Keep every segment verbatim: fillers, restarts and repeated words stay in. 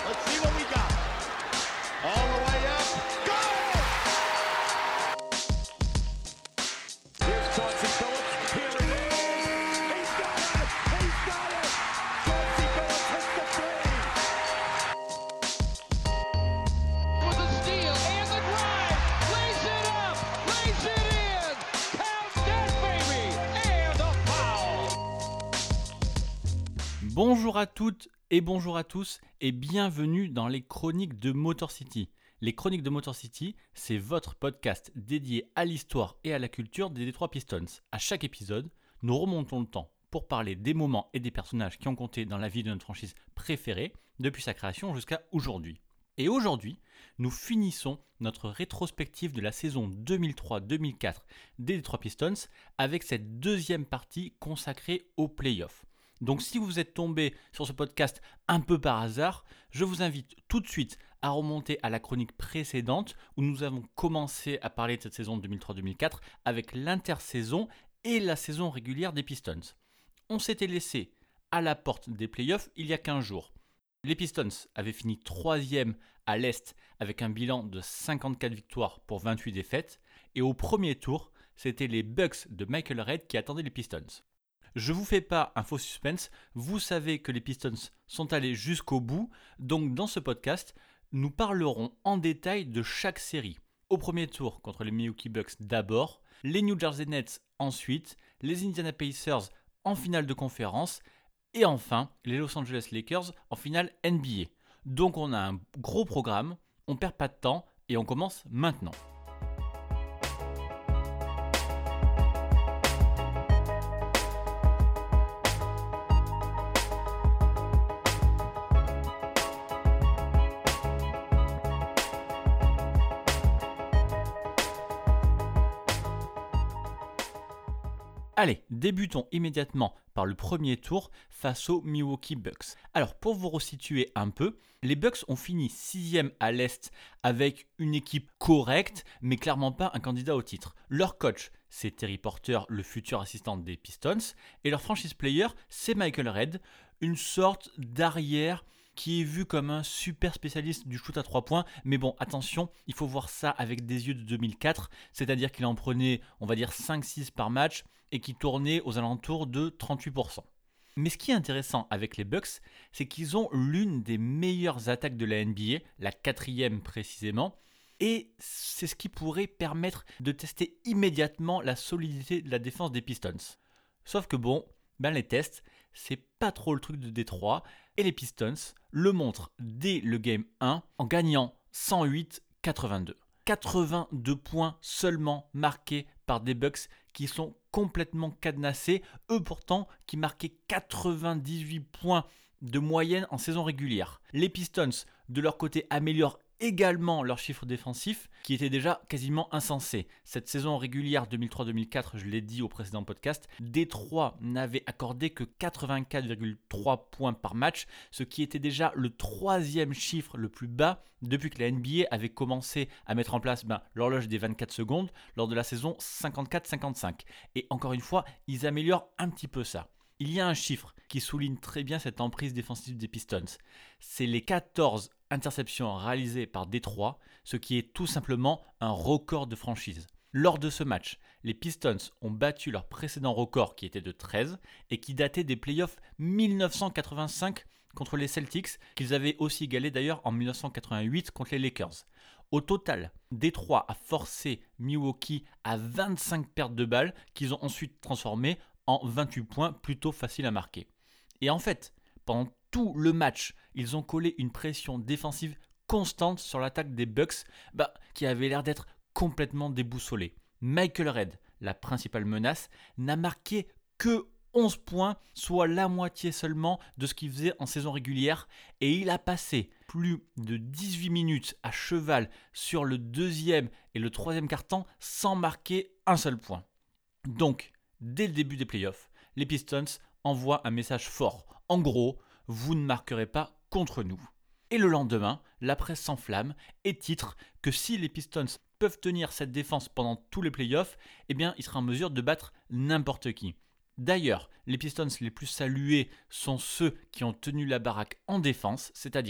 Let's see what we got. All the way up. Go! Here's Chauncey Billups. Here it is. He's got it. He's got it. Chauncey Billups hits the three. With a steal and the drive. Lays it up. Lays it in. Count that baby. And a foul. Bonjour à toutes et bonjour à tous et bienvenue dans les Chroniques de Motor City. Les Chroniques de Motor City, c'est votre podcast dédié à l'histoire et à la culture des Detroit Pistons. À chaque épisode, nous remontons le temps pour parler des moments et des personnages qui ont compté dans la vie de notre franchise préférée depuis sa création jusqu'à aujourd'hui. Et aujourd'hui, nous finissons notre rétrospective de la saison deux mille trois deux mille quatre des Detroit Pistons avec cette deuxième partie consacrée aux playoffs. Donc si vous êtes tombé sur ce podcast un peu par hasard, je vous invite tout de suite à remonter à la chronique précédente où nous avons commencé à parler de cette saison deux mille trois deux mille quatre avec l'intersaison et la saison régulière des Pistons. On s'était laissé à la porte des playoffs il y a quinze jours. Les Pistons avaient fini troisième à l'Est avec un bilan de cinquante-quatre victoires pour vingt-huit défaites et au premier tour, c'était les Bucks de Michael Redd qui attendaient les Pistons. Je vous fais pas un faux suspense, vous savez que les Pistons sont allés jusqu'au bout, donc dans ce podcast, nous parlerons en détail de chaque série. Au premier tour contre les Milwaukee Bucks d'abord, les New Jersey Nets ensuite, les Indiana Pacers en finale de conférence, et enfin les Los Angeles Lakers en finale N B A. Donc on a un gros programme, on perd pas de temps et on commence maintenant. Allez, débutons immédiatement par le premier tour face aux Milwaukee Bucks. Alors, pour vous resituer un peu, les Bucks ont fini sixième à l'Est avec une équipe correcte, mais clairement pas un candidat au titre. Leur coach, c'est Terry Porter, le futur assistant des Pistons, et leur franchise player, c'est Michael Redd, une sorte d'arrière qui est vu comme un super spécialiste du shoot à trois points. Mais bon, attention, il faut voir ça avec des yeux de deux mille quatre, c'est-à-dire qu'il en prenait, on va dire, cinq six par match et qui tournait aux alentours de trente-huit pour cent. Mais ce qui est intéressant avec les Bucks, c'est qu'ils ont l'une des meilleures attaques de la N B A, la quatrième précisément, et c'est ce qui pourrait permettre de tester immédiatement la solidité de la défense des Pistons. Sauf que bon, ben les tests, c'est pas trop le truc de Détroit, et les Pistons le montrent dès le game un en gagnant cent huit à quatre-vingt-deux. quatre-vingt-deux points seulement marqués par des Bucks qui sont complètement cadenassés, eux pourtant qui marquaient quatre-vingt-dix-huit points de moyenne en saison régulière. Les Pistons, de leur côté, améliorent également leurs chiffres défensifs qui étaient déjà quasiment insensés. Cette saison régulière deux mille trois deux mille quatre, je l'ai dit au précédent podcast, Détroit n'avait accordé que quatre-vingt-quatre virgule trois points par match, ce qui était déjà le troisième chiffre le plus bas depuis que la N B A avait commencé à mettre en place ben, l'horloge des vingt-quatre secondes lors de la saison cinquante-quatre cinquante-cinq. Et encore une fois, ils améliorent un petit peu ça. Il y a un chiffre qui souligne très bien cette emprise défensive des Pistons. C'est les quatorze interceptions réalisées par Détroit, ce qui est tout simplement un record de franchise. Lors de ce match, les Pistons ont battu leur précédent record qui était de treize et qui datait des playoffs dix-neuf cent quatre-vingt-cinq contre les Celtics, qu'ils avaient aussi égalé d'ailleurs en dix-neuf cent quatre-vingt-huit contre les Lakers. Au total, Détroit a forcé Milwaukee à vingt-cinq pertes de balles qu'ils ont ensuite transformées en vingt-huit points plutôt faciles à marquer. Et en fait, pendant tout le match, ils ont collé une pression défensive constante sur l'attaque des Bucks bah, qui avait l'air d'être complètement déboussolée. Michael Redd, la principale menace, n'a marqué que onze points, soit la moitié seulement de ce qu'il faisait en saison régulière, et il a passé plus de dix-huit minutes à cheval sur le deuxième et le troisième quart-temps sans marquer un seul point. Donc, dès le début des playoffs, les Pistons envoient un message fort. En gros, vous ne marquerez pas contre nous. Et le lendemain, la presse s'enflamme et titre que si les Pistons peuvent tenir cette défense pendant tous les playoffs, eh bien, il sera en mesure de battre n'importe qui. D'ailleurs, les Pistons les plus salués sont ceux qui ont tenu la baraque en défense, c'est-à-dire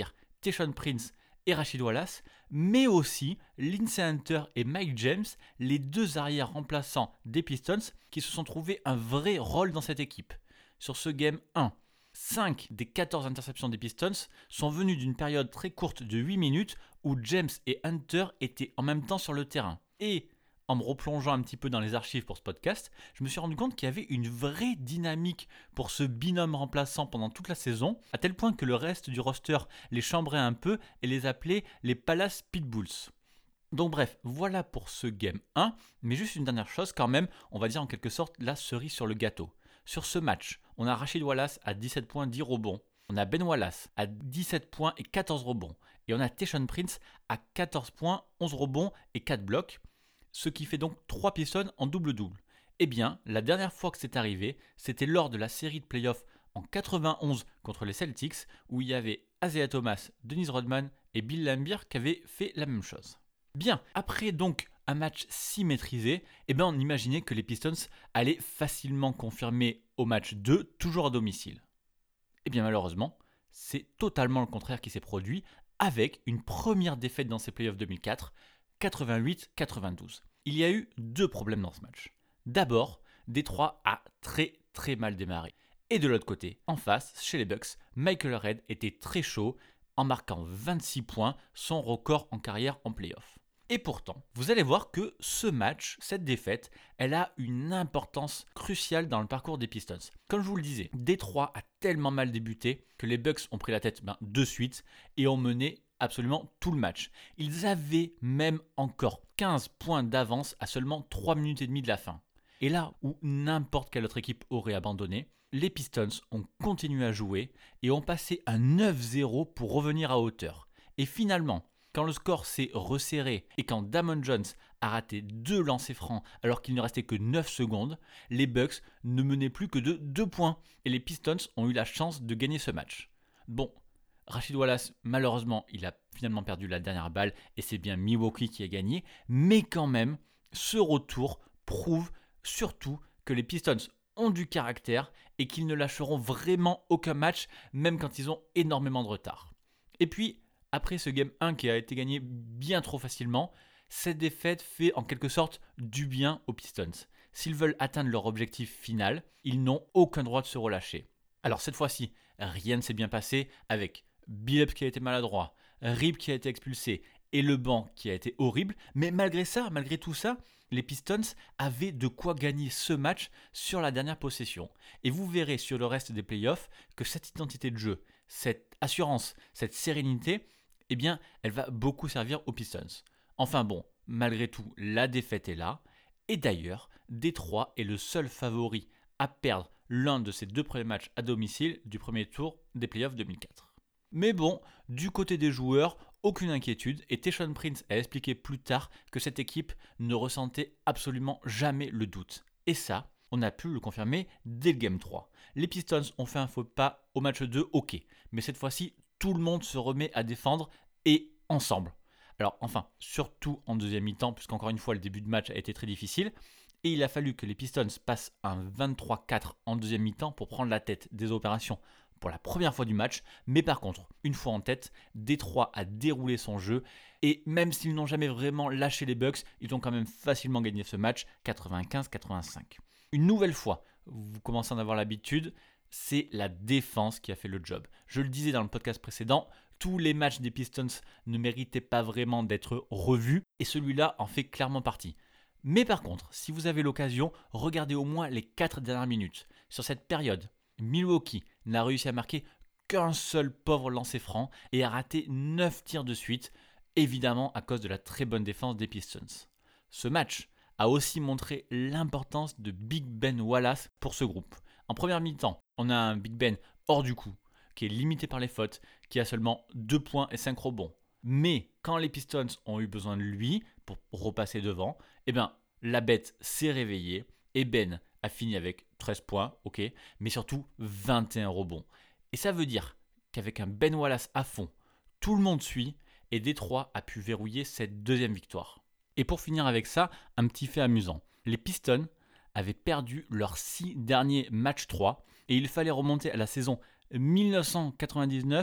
Tayshaun Prince et Rasheed Wallace, mais aussi Lindsey Hunter et Mike James, les deux arrières remplaçants des Pistons qui se sont trouvés un vrai rôle dans cette équipe. Sur ce game un, cinq des quatorze interceptions des Pistons sont venues d'une période très courte de huit minutes où James et Hunter étaient en même temps sur le terrain. Et en me replongeant un petit peu dans les archives pour ce podcast, je me suis rendu compte qu'il y avait une vraie dynamique pour ce binôme remplaçant pendant toute la saison, à tel point que le reste du roster les chambrait un peu et les appelait les Palace Pitbulls. Donc bref, voilà pour ce game un, mais juste une dernière chose quand même, on va dire en quelque sorte la cerise sur le gâteau. Sur ce match, on a Rasheed Wallace à dix-sept points, dix rebonds, on a Ben Wallace à dix-sept points et quatorze rebonds, et on a Tayshaun Prince à quatorze points, onze rebonds et quatre blocs, ce qui fait donc trois Pistons en double-double. Eh bien, la dernière fois que c'est arrivé, c'était lors de la série de playoffs en quatre-vingt-onze contre les Celtics, où il y avait Isaiah Thomas, Dennis Rodman et Bill Laimbeer qui avaient fait la même chose. Bien, après donc un match si maîtrisé, eh bien on imaginait que les Pistons allaient facilement confirmer au match deux, toujours à domicile. Eh bien malheureusement, c'est totalement le contraire qui s'est produit, avec une première défaite dans ces playoffs deux mille quatre, quatre-vingt-huit quatre-vingt-douze. Il y a eu deux problèmes dans ce match. D'abord, Détroit a très très mal démarré. Et de l'autre côté, en face, chez les Bucks, Michael Redd était très chaud en marquant vingt-six points, son record en carrière en playoff. Et pourtant, vous allez voir que ce match, cette défaite, elle a une importance cruciale dans le parcours des Pistons. Comme je vous le disais, Détroit a tellement mal débuté que les Bucks ont pris la tête ben, de suite et ont mené absolument tout le match. Ils avaient même encore quinze points d'avance à seulement trois minutes et demie de la fin. Et là où n'importe quelle autre équipe aurait abandonné, les Pistons ont continué à jouer et ont passé un neuf zéro pour revenir à hauteur. Et finalement, quand le score s'est resserré et quand Damon Jones a raté deux lancers francs alors qu'il ne restait que neuf secondes, les Bucks ne menaient plus que de deux points et les Pistons ont eu la chance de gagner ce match. Bon, Rasheed Wallace, malheureusement, il a finalement perdu la dernière balle et c'est bien Milwaukee qui a gagné, mais quand même, ce retour prouve surtout que les Pistons ont du caractère et qu'ils ne lâcheront vraiment aucun match, même quand ils ont énormément de retard. Et puis, après ce game un qui a été gagné bien trop facilement, cette défaite fait en quelque sorte du bien aux Pistons. S'ils veulent atteindre leur objectif final, ils n'ont aucun droit de se relâcher. Alors cette fois-ci, rien ne s'est bien passé avec Billups qui a été maladroit, Rip qui a été expulsé et le banc qui a été horrible. Mais malgré ça, malgré tout ça, les Pistons avaient de quoi gagner ce match sur la dernière possession. Et vous verrez sur le reste des playoffs que cette identité de jeu, cette assurance, cette sérénité, eh bien, elle va beaucoup servir aux Pistons. Enfin bon, malgré tout, la défaite est là. Et d'ailleurs, Détroit est le seul favori à perdre l'un de ses deux premiers matchs à domicile du premier tour des playoffs deux mille quatre. Mais bon, du côté des joueurs, aucune inquiétude et Tayshaun Prince a expliqué plus tard que cette équipe ne ressentait absolument jamais le doute. Et ça, on a pu le confirmer dès le game trois. Les Pistons ont fait un faux pas au match deux, ok, mais cette fois-ci, tout le monde se remet à défendre et ensemble. Alors enfin, surtout en deuxième mi-temps, puisqu'encore une fois, le début de match a été très difficile. Et il a fallu que les Pistons passent un vingt-trois quatre en deuxième mi-temps pour prendre la tête des opérations pour la première fois du match. Mais par contre, une fois en tête, Détroit a déroulé son jeu. Et même s'ils n'ont jamais vraiment lâché les Bucks, ils ont quand même facilement gagné ce match, quatre-vingt-quinze à quatre-vingt-cinq. Une nouvelle fois, vous commencez à en avoir l'habitude, c'est la défense qui a fait le job. Je le disais dans le podcast précédent, tous les matchs des Pistons ne méritaient pas vraiment d'être revus. Et celui-là en fait clairement partie. Mais par contre, si vous avez l'occasion, regardez au moins les quatre dernières minutes. Sur cette période, Milwaukee n'a réussi à marquer qu'un seul pauvre lancer franc et a raté neuf tirs de suite, évidemment à cause de la très bonne défense des Pistons. Ce match a aussi montré l'importance de Big Ben Wallace pour ce groupe. En première mi-temps, on a un Big Ben hors du coup, qui est limité par les fautes, qui a seulement deux points et cinq rebonds. Mais quand les Pistons ont eu besoin de lui pour repasser devant, eh ben, la bête s'est réveillée et Ben a fini avec treize points, ok, mais surtout vingt et un rebonds. Et ça veut dire qu'avec un Ben Wallace à fond, tout le monde suit et Détroit a pu verrouiller cette deuxième victoire. Et pour finir avec ça, un petit fait amusant. Les Pistons avaient perdu leurs six derniers matchs trois et il fallait remonter à la saison dix-neuf cent quatre-vingt-dix-neuf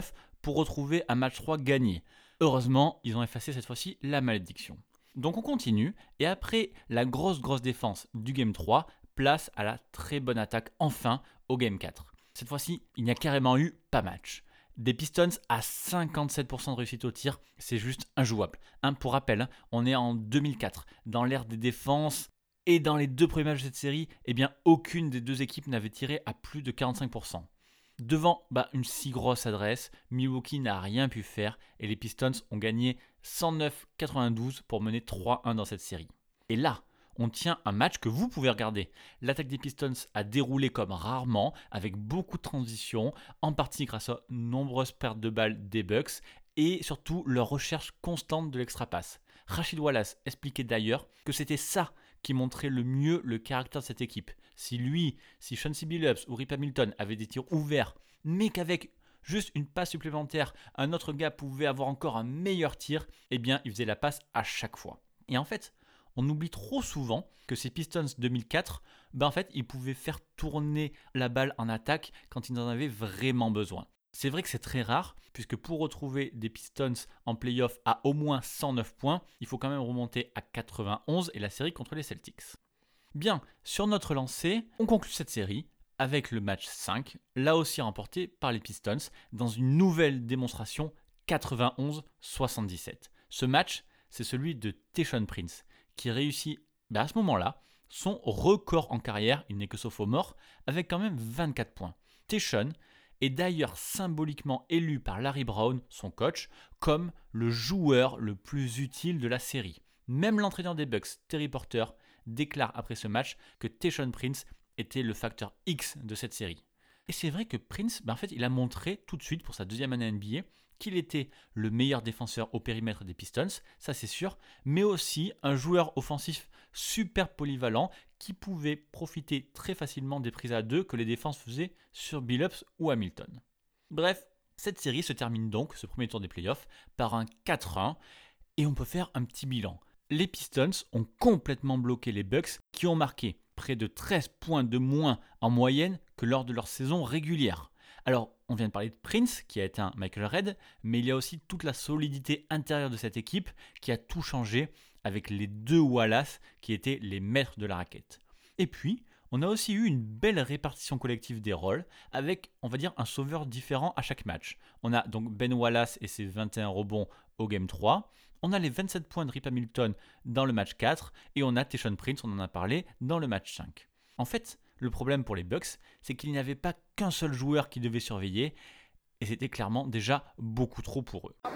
pour retrouver un match trois gagné. Heureusement, ils ont effacé cette fois-ci la malédiction. Donc on continue, et après la grosse grosse défense du Game trois, place à la très bonne attaque enfin au Game quatre. Cette fois-ci, il n'y a carrément eu pas match. Des Pistons à cinquante-sept pour cent de réussite au tir, c'est juste injouable. Hein, pour rappel, on est en deux mille quatre, dans l'ère des défenses, et dans les deux premiers matchs de cette série, eh bien, aucune des deux équipes n'avait tiré à plus de quarante-cinq pour cent. Devant bah, une si grosse adresse, Milwaukee n'a rien pu faire et les Pistons ont gagné cent neuf à quatre-vingt-douze pour mener trois un dans cette série. Et là, on tient un match que vous pouvez regarder. L'attaque des Pistons a déroulé comme rarement, avec beaucoup de transitions, en partie grâce aux nombreuses pertes de balles des Bucks et surtout leur recherche constante de l'extra-pass. Rasheed Wallace expliquait d'ailleurs que c'était ça qui montrait le mieux le caractère de cette équipe. Si lui, si Chauncey Billups ou Rip Hamilton avaient des tirs ouverts, mais qu'avec juste une passe supplémentaire, un autre gars pouvait avoir encore un meilleur tir, eh bien il faisait la passe à chaque fois. Et en fait, on oublie trop souvent que ces Pistons deux mille quatre, ben en fait, ils pouvaient faire tourner la balle en attaque quand ils en avaient vraiment besoin. C'est vrai que c'est très rare, puisque pour retrouver des Pistons en playoff à au moins cent neuf points, il faut quand même remonter à quatre-vingt-onze et la série contre les Celtics. Bien, sur notre lancée, on conclut cette série avec le match cinq, là aussi remporté par les Pistons, dans une nouvelle démonstration quatre-vingt-onze à soixante-dix-sept. Ce match, c'est celui de Tayshaun Prince, qui réussit ben à ce moment-là son record en carrière, il n'est que sophomore, avec quand même vingt-quatre points. Tayshaun est d'ailleurs symboliquement élu par Larry Brown, son coach, comme le joueur le plus utile de la série. Même l'entraîneur des Bucks, Terry Porter, déclare après ce match que Tayshaun Prince était le facteur X de cette série. Et c'est vrai que Prince, ben en fait, il a montré tout de suite pour sa deuxième année N B A qu'il était le meilleur défenseur au périmètre des Pistons, ça c'est sûr, mais aussi un joueur offensif super polyvalent qui pouvait profiter très facilement des prises à deux que les défenses faisaient sur Billups ou Hamilton. Bref, cette série se termine donc, ce premier tour des playoffs, par un quatre un, et on peut faire un petit bilan. Les Pistons ont complètement bloqué les Bucks qui ont marqué près de treize points de moins en moyenne que lors de leur saison régulière. Alors, on vient de parler de Prince, qui a été un Michael Redd, mais il y a aussi toute la solidité intérieure de cette équipe qui a tout changé avec les deux Wallace qui étaient les maîtres de la raquette. Et puis, on a aussi eu une belle répartition collective des rôles avec, on va dire, un sauveur différent à chaque match. On a donc Ben Wallace et ses vingt et un rebonds au Game trois. On a les vingt-sept points de Rip Hamilton dans le match quatre et on a Tayshaun Prince, on en a parlé, dans le match cinq. En fait, le problème pour les Bucks, c'est qu'il n'y avait pas qu'un seul joueur qui devait surveiller et c'était clairement déjà beaucoup trop pour eux.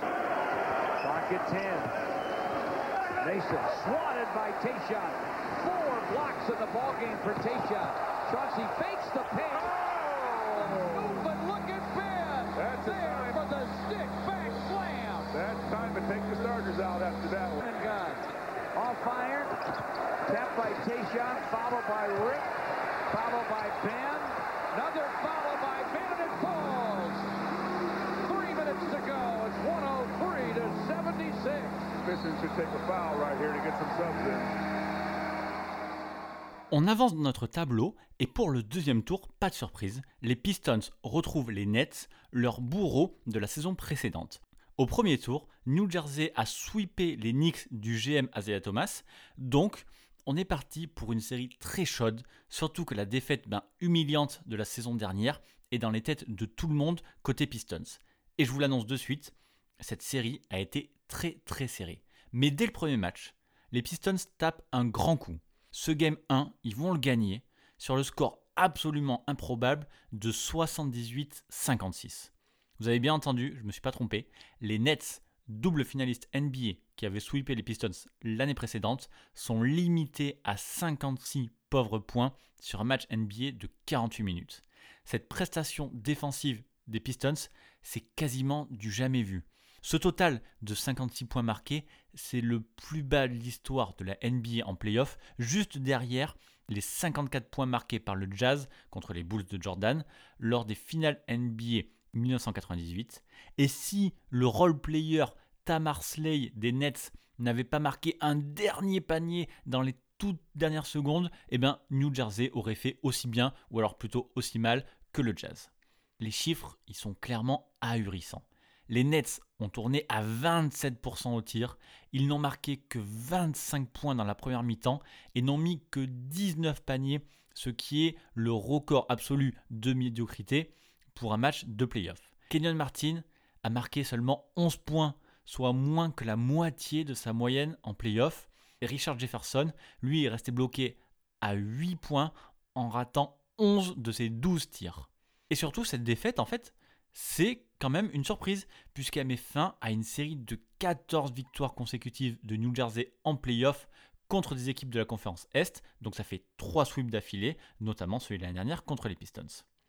Mason swatted by Tayshaun. Four blocks in the ball game for Tayshaun. Chauncey fakes the pass. Oh, but look at Ben. That's there for the stick back slam. That's time to take the starters out after that one. And gun. Off iron. Tapped by Tayshaun, followed by Rick, followed by Ben. Another follow by Ben, and it falls. Three minutes to go. It's one oh three to seventy-six. Pistons should take a foul right here to get some subs in. On avance dans notre tableau et pour le deuxième tour, pas de surprise, les Pistons retrouvent les Nets, leur bourreau de la saison précédente. Au premier tour, New Jersey a sweepé les Knicks du G M Isaiah Thomas, donc on est parti pour une série très chaude, surtout que la défaite ben, humiliante de la saison dernière est dans les têtes de tout le monde côté Pistons. Et je vous l'annonce de suite, cette série a été très très serrée. Mais dès le premier match, les Pistons tapent un grand coup. Ce Game un, ils vont le gagner sur le score absolument improbable de soixante-dix-huit à cinquante-six. Vous avez bien entendu, je ne me suis pas trompé, les Nets, double finalistes N B A qui avaient sweepé les Pistons l'année précédente, sont limités à cinquante-six pauvres points sur un match N B A de quarante-huit minutes. Cette prestation défensive des Pistons, c'est quasiment du jamais vu. Ce total de cinquante-six points marqués, c'est le plus bas de l'histoire de la N B A en playoff, juste derrière les cinquante-quatre points marqués par le Jazz contre les Bulls de Jordan lors des finales N B A dix-neuf cent quatre-vingt-dix-huit. Et si le role player Tamar Slay des Nets n'avait pas marqué un dernier panier dans les toutes dernières secondes, eh bien New Jersey aurait fait aussi bien, ou alors plutôt aussi mal que le Jazz. Les chiffres, ils sont clairement ahurissants. Les Nets ont tourné à vingt-sept pour cent au tir, ils n'ont marqué que vingt-cinq points dans la première mi-temps et n'ont mis que dix-neuf paniers, ce qui est le record absolu de médiocrité pour un match de play-off. Kenyon Martin a marqué seulement onze points, soit moins que la moitié de sa moyenne en play-off. Et Richard Jefferson, lui, est resté bloqué à huit points en ratant onze de ses douze tirs. Et surtout, cette défaite, en fait, c'est quand même une surprise, puisqu'elle met fin à une série de quatorze victoires consécutives de New Jersey en play-off contre des équipes de la conférence Est. Donc ça fait trois sweeps d'affilée, notamment celui de l'année dernière contre les Pistons.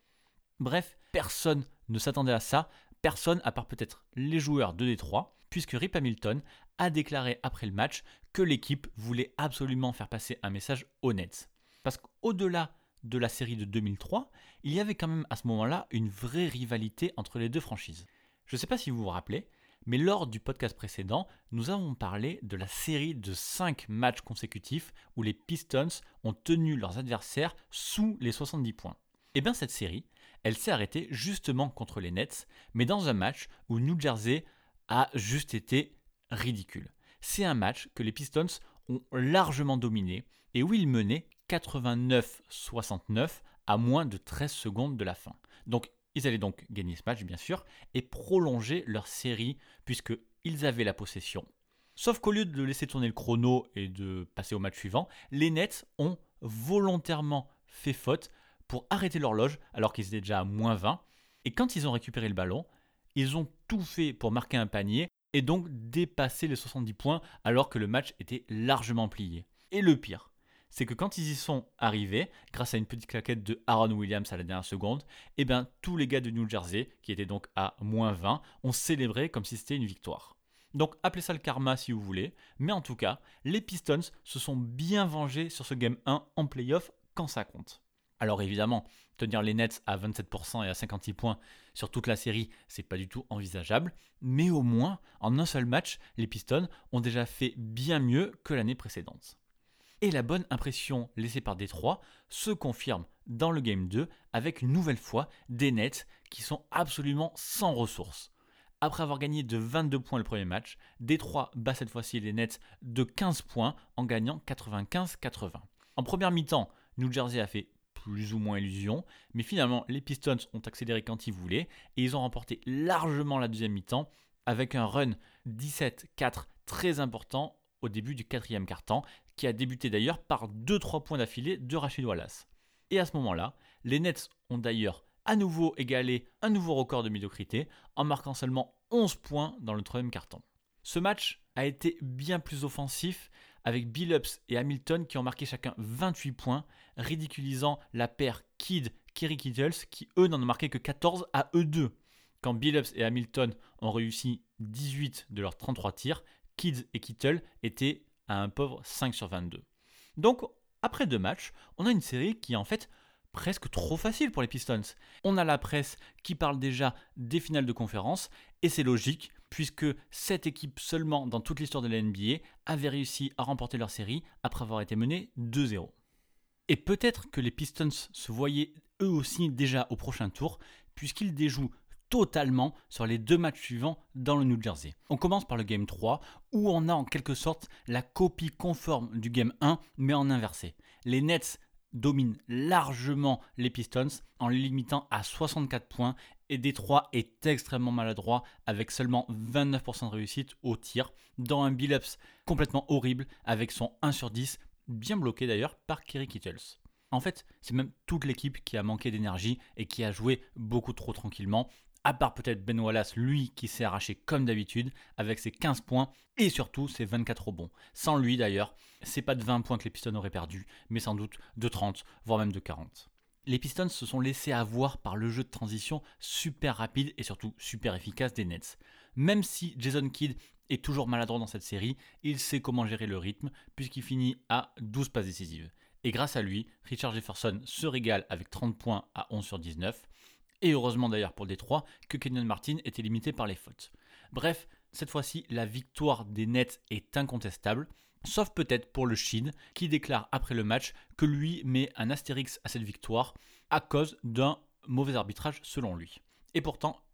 Bref, personne ne s'attendait à ça, personne à part peut-être les joueurs de Détroit, puisque Rip Hamilton a déclaré après le match que l'équipe voulait absolument faire passer un message aux Nets. Parce qu'au-delà de la série de deux mille trois, il y avait quand même à ce moment-là une vraie rivalité entre les deux franchises. Je ne sais pas si vous vous rappelez, mais lors du podcast précédent, nous avons parlé de la série de cinq matchs consécutifs où les Pistons ont tenu leurs adversaires sous les soixante-dix points. Et bien cette série, elle s'est arrêtée justement contre les Nets, mais dans un match où New Jersey a juste été ridicule. C'est un match que les Pistons ont largement dominé et où ils menaient quatre-vingt-neuf soixante-neuf à moins de treize secondes de la fin. Donc ils allaient donc gagner ce match bien sûr et prolonger leur série puisqu'ils avaient la possession. Sauf qu'au lieu de laisser tourner le chrono et de passer au match suivant, les Nets ont volontairement fait faute pour arrêter l'horloge alors qu'ils étaient déjà à moins vingt. Et quand ils ont récupéré le ballon, ils ont tout fait pour marquer un panier et donc dépasser les soixante-dix points alors que le match était largement plié. Et le pire, c'est que quand ils y sont arrivés, grâce à une petite claquette de Aaron Williams à la dernière seconde, eh ben, tous les gars de New Jersey, qui étaient donc à moins vingt, ont célébré comme si c'était une victoire. Donc appelez ça le karma si vous voulez, mais en tout cas, les Pistons se sont bien vengés sur ce Game un en playoff quand ça compte. Alors évidemment, tenir les Nets à vingt-sept pour cent et à cinquante-six points sur toute la série, c'est pas du tout envisageable, mais au moins, en un seul match, les Pistons ont déjà fait bien mieux que l'année précédente. Et la bonne impression laissée par Détroit se confirme dans le Game deux avec une nouvelle fois des Nets qui sont absolument sans ressources. Après avoir gagné de vingt-deux points le premier match, Détroit bat cette fois-ci les Nets de quinze points en gagnant quatre-vingt-quinze quatre-vingts. En première mi-temps, New Jersey a fait plus ou moins illusion, mais finalement les Pistons ont accéléré quand ils voulaient et ils ont remporté largement la deuxième mi-temps avec un run dix-sept quatre très important au début du quatrième quart-temps qui a débuté d'ailleurs par deux trois points d'affilée de Rashid Wallace. Et à ce moment-là, les Nets ont d'ailleurs à nouveau égalé un nouveau record de médiocrité en marquant seulement onze points dans le troisième quart-temps. Ce match a été bien plus offensif avec Billups et Hamilton qui ont marqué chacun vingt-huit points, ridiculisant la paire Kidd-Kerry Kittles qui eux n'en ont marqué que quatorze à eux deux. Quand Billups et Hamilton ont réussi dix-huit de leurs trente-trois tirs, Kidd et Kittle étaient à un pauvre cinq sur vingt-deux. Donc après deux matchs, on a une série qui est en fait presque trop facile pour les Pistons. On a la presse qui parle déjà des finales de conférence et c'est logique puisque cette équipe seulement dans toute l'histoire de la N B A avait réussi à remporter leur série après avoir été menée deux zéro. Et peut-être que les Pistons se voyaient eux aussi déjà au prochain tour puisqu'ils déjouent totalement sur les deux matchs suivants dans le New Jersey. On commence par le Game trois où on a en quelque sorte la copie conforme du Game un mais en inversé. Les Nets dominent largement les Pistons en les limitant à soixante-quatre points et Détroit est extrêmement maladroit avec seulement vingt-neuf pour cent de réussite au tir dans un Billups complètement horrible avec son un sur dix bien bloqué d'ailleurs par Kerry Kittles. En fait, c'est même toute l'équipe qui a manqué d'énergie et qui a joué beaucoup trop tranquillement, à part peut-être Ben Wallace, lui qui s'est arraché comme d'habitude avec ses quinze points et surtout ses vingt-quatre rebonds. Sans lui d'ailleurs, c'est pas de vingt points que les Pistons auraient perdu, mais sans doute de trente, voire même de quarante. Les Pistons se sont laissés avoir par le jeu de transition super rapide et surtout super efficace des Nets. Même si Jason Kidd est toujours maladroit dans cette série, il sait comment gérer le rythme puisqu'il finit à douze passes décisives. Et grâce à lui, Richard Jefferson se régale avec trente points à onze sur dix-neuf. Et heureusement d'ailleurs pour Détroit que Kenyon Martin était limité par les fautes. Bref, cette fois-ci, la victoire des Nets est incontestable, sauf peut-être pour le Shin qui déclare après le match que lui met un astérix à cette victoire à cause d'un mauvais arbitrage selon lui. Et pourtant,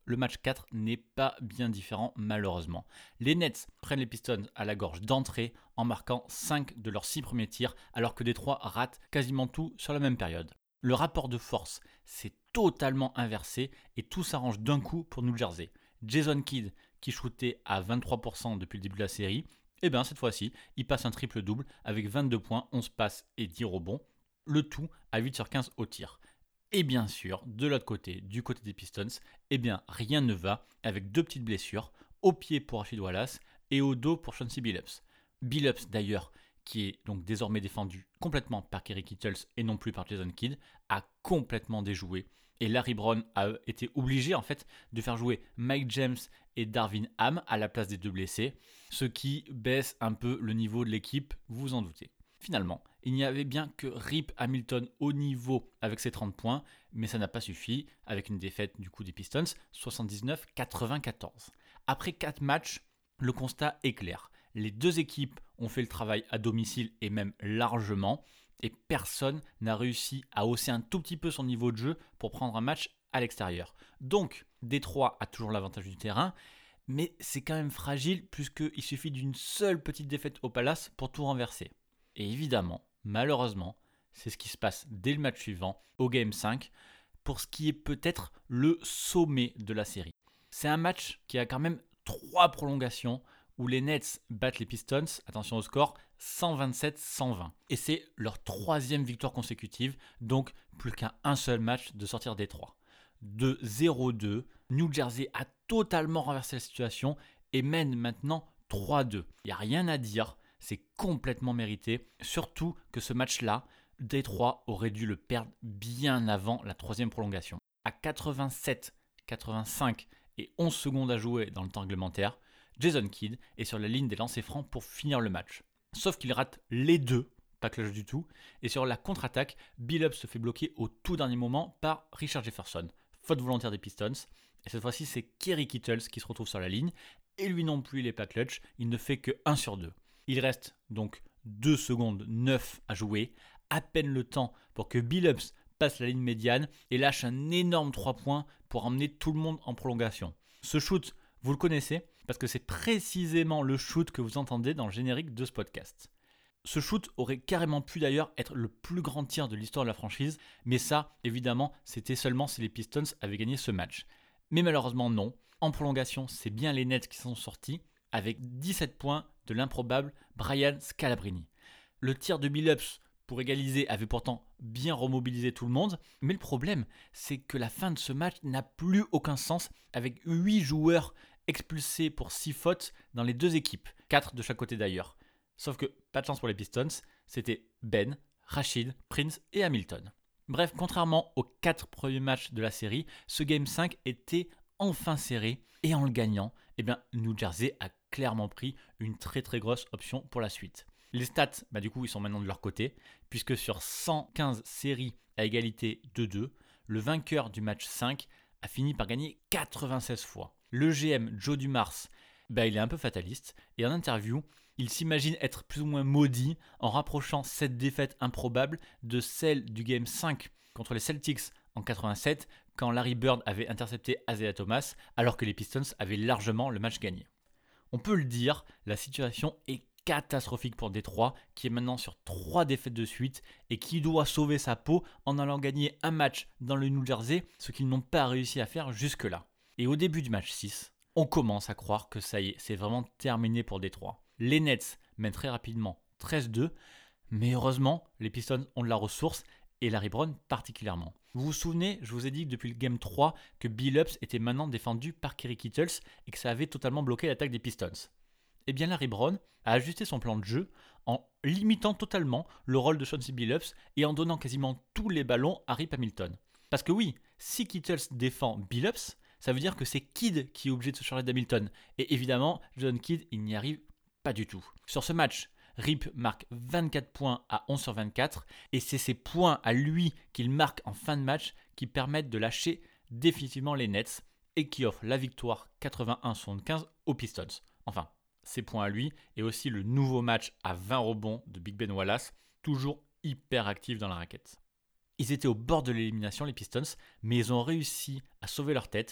le match quatre n'est pas bien différent malheureusement. Les Nets prennent les Pistons à la gorge d'entrée en marquant cinq de leurs six premiers tirs alors que Détroit rate quasiment tout sur la même période. Le rapport de force s'est totalement inversé et tout s'arrange d'un coup pour New Jersey. Jason Kidd, qui shootait à vingt-trois pour cent depuis le début de la série, et bien cette fois-ci, il passe un triple-double avec vingt-deux points, onze passes et dix rebonds, le tout à huit sur quinze au tir. Et bien sûr, de l'autre côté, du côté des Pistons, eh bien rien ne va avec deux petites blessures, au pied pour Rasheed Wallace et au dos pour Chauncey Billups. Billups d'ailleurs, qui est donc désormais défendu complètement par Kerry Kittles et non plus par Jason Kidd, a complètement déjoué. Et Larry Brown a été obligé en fait de faire jouer Mike James et Darvin Ham à la place des deux blessés, ce qui baisse un peu le niveau de l'équipe, vous vous en doutez. Finalement, il n'y avait bien que Rip Hamilton au niveau avec ses trente points, mais ça n'a pas suffi avec une défaite du coup des Pistons, soixante-dix-neuf à quatre-vingt-quatorze. Après quatre matchs, le constat est clair. Les deux équipes ont fait le travail à domicile et même largement, et personne n'a réussi à hausser un tout petit peu son niveau de jeu pour prendre un match à l'extérieur. Donc, Détroit a toujours l'avantage du terrain, mais c'est quand même fragile puisqu'il suffit d'une seule petite défaite au Palace pour tout renverser. Et évidemment, malheureusement, c'est ce qui se passe dès le match suivant, au Game cinq, pour ce qui est peut-être le sommet de la série. C'est un match qui a quand même trois prolongations où les Nets battent les Pistons, attention au score, cent vingt-sept à cent vingt. Et c'est leur troisième victoire consécutive, donc plus qu'à un seul match de sortir des trois. De zéro deux, New Jersey a totalement renversé la situation et mène maintenant trois deux. Il n'y a rien à dire, c'est complètement mérité, surtout que ce match-là, Détroit aurait dû le perdre bien avant la troisième prolongation. À quatre-vingt-sept, quatre-vingt-cinq et onze secondes à jouer dans le temps réglementaire, Jason Kidd est sur la ligne des lancers francs pour finir le match. Sauf qu'il rate les deux, pas clutch du tout, et sur la contre-attaque, Billups se fait bloquer au tout dernier moment par Richard Jefferson. Faute volontaire des Pistons, et cette fois-ci c'est Kerry Kittles qui se retrouve sur la ligne, et lui non plus il n'est pas clutch, il ne fait que un sur deux. Il reste donc deux secondes neuf à jouer, à peine le temps pour que Billups passe la ligne médiane et lâche un énorme trois points pour emmener tout le monde en prolongation. Ce shoot, vous le connaissez, parce que c'est précisément le shoot que vous entendez dans le générique de ce podcast. Ce shoot aurait carrément pu d'ailleurs être le plus grand tir de l'histoire de la franchise, mais ça, évidemment, c'était seulement si les Pistons avaient gagné ce match. Mais malheureusement non, en prolongation, c'est bien les Nets qui sont sortis, avec dix-sept points de l'improbable Brian Scalabrine. Le tir de Billups pour égaliser avait pourtant bien remobilisé tout le monde, mais le problème, c'est que la fin de ce match n'a plus aucun sens avec huit joueurs expulsés pour six fautes dans les deux équipes, quatre de chaque côté d'ailleurs. Sauf que, pas de chance pour les Pistons, c'était Ben, Rasheed, Prince et Hamilton. Bref, contrairement aux quatre premiers matchs de la série, ce Game cinq était enfin serré, et en le gagnant, eh bien, New Jersey a clairement pris une très très grosse option pour la suite. Les stats, bah du coup, ils sont maintenant de leur côté, puisque sur cent quinze séries à égalité deux deux, le vainqueur du match cinq a fini par gagner quatre-vingt-seize fois. Le G M Joe Dumars, bah, il est un peu fataliste, et en interview, il s'imagine être plus ou moins maudit en rapprochant cette défaite improbable de celle du Game cinq contre les Celtics en quatre-vingt-sept, quand Larry Bird avait intercepté Isaiah Thomas, alors que les Pistons avaient largement le match gagné. On peut le dire, la situation est catastrophique pour Détroit, qui est maintenant sur trois défaites de suite et qui doit sauver sa peau en allant gagner un match dans le New Jersey, ce qu'ils n'ont pas réussi à faire jusque-là. Et au début du match six, on commence à croire que ça y est, c'est vraiment terminé pour Détroit. Les Nets mènent très rapidement treize deux, mais heureusement, les Pistons ont de la ressource et Larry Brown particulièrement. Vous vous souvenez, je vous ai dit que depuis le Game trois, que Billups était maintenant défendu par Kerry Kittles et que ça avait totalement bloqué l'attaque des Pistons. Eh bien Larry Brown a ajusté son plan de jeu en limitant totalement le rôle de Chauncey Billups et en donnant quasiment tous les ballons à Rip Hamilton. Parce que oui, si Kittles défend Billups, ça veut dire que c'est Kidd qui est obligé de se charger d'Hamilton. Et évidemment, Jason Kidd, il n'y arrive pas du tout. Sur ce match, Rip marque vingt-quatre points à onze sur vingt-quatre et c'est ces points à lui qu'il marque en fin de match qui permettent de lâcher définitivement les Nets et qui offrent la victoire quatre-vingt-un à soixante-quinze aux Pistons. Enfin, ses points à lui et aussi le nouveau match à vingt rebonds de Big Ben Wallace, toujours hyper actif dans la raquette. Ils étaient au bord de l'élimination les Pistons, mais ils ont réussi à sauver leur tête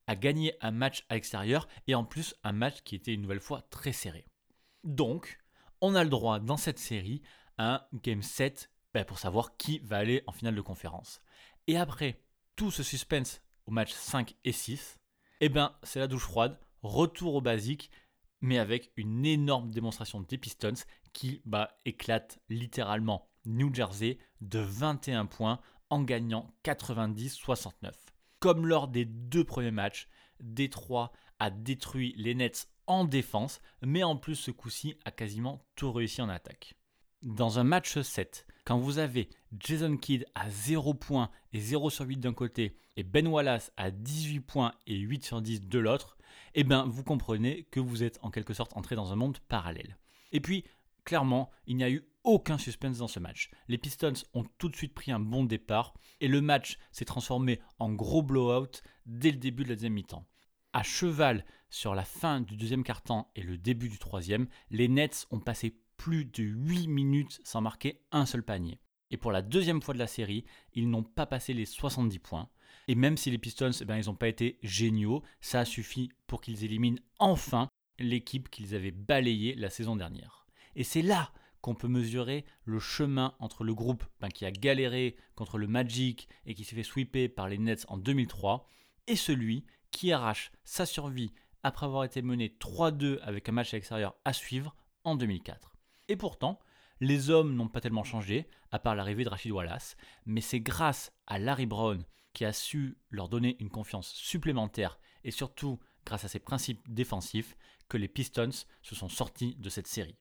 à gagner un match à l'extérieur et en plus un match qui était une nouvelle fois très serré. Donc, on a le droit dans cette série à un Game sept ben, pour savoir qui va aller en finale de conférence. Et après tout ce suspense au match cinq et six, eh ben, c'est la douche froide, retour au basique, mais avec une énorme démonstration des Pistons qui bah, éclate littéralement New Jersey de vingt et un points en gagnant quatre-vingt-dix à soixante-neuf. Comme lors des deux premiers matchs, Détroit a détruit les Nets en défense, mais en plus ce coup-ci a quasiment tout réussi en attaque. Dans un match sept, quand vous avez Jason Kidd à zéro points et zéro sur huit d'un côté et Ben Wallace à dix-huit points et huit sur dix de l'autre, eh bien vous comprenez que vous êtes en quelque sorte entré dans un monde parallèle. Et puis, clairement, il n'y a eu aucun suspense dans ce match. Les Pistons ont tout de suite pris un bon départ et le match s'est transformé en gros blowout dès le début de la deuxième mi-temps. À cheval sur la fin du deuxième quart-temps et le début du troisième, les Nets ont passé plus de huit minutes sans marquer un seul panier. Et pour la deuxième fois de la série, ils n'ont pas passé les soixante-dix points. Et même si les Pistons, eh bien, ils n'ont pas été géniaux, ça a suffi pour qu'ils éliminent enfin l'équipe qu'ils avaient balayée la saison dernière. Et c'est là qu'on peut mesurer le chemin entre le groupe ben, qui a galéré contre le Magic et qui s'est fait sweeper par les Nets en deux mille trois et celui qui arrache sa survie après avoir été mené trois deux avec un match à l'extérieur à suivre en deux mille quatre. Et pourtant, les hommes n'ont pas tellement changé, à part l'arrivée de Rashid Wallace, mais c'est grâce à Larry Brown qui a su leur donner une confiance supplémentaire et surtout grâce à ses principes défensifs que les Pistons se sont sortis de cette série.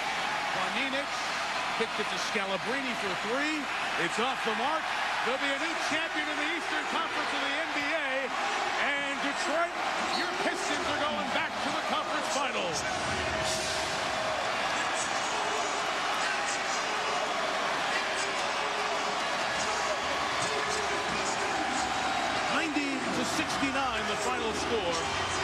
Boninic kicked it to Scalabrine for three. It's off the mark. There'll be a new champion in the Eastern Conference of the N B A. And Detroit, your Pistons are going back to the conference finals. ninety to sixty-nine, the final score.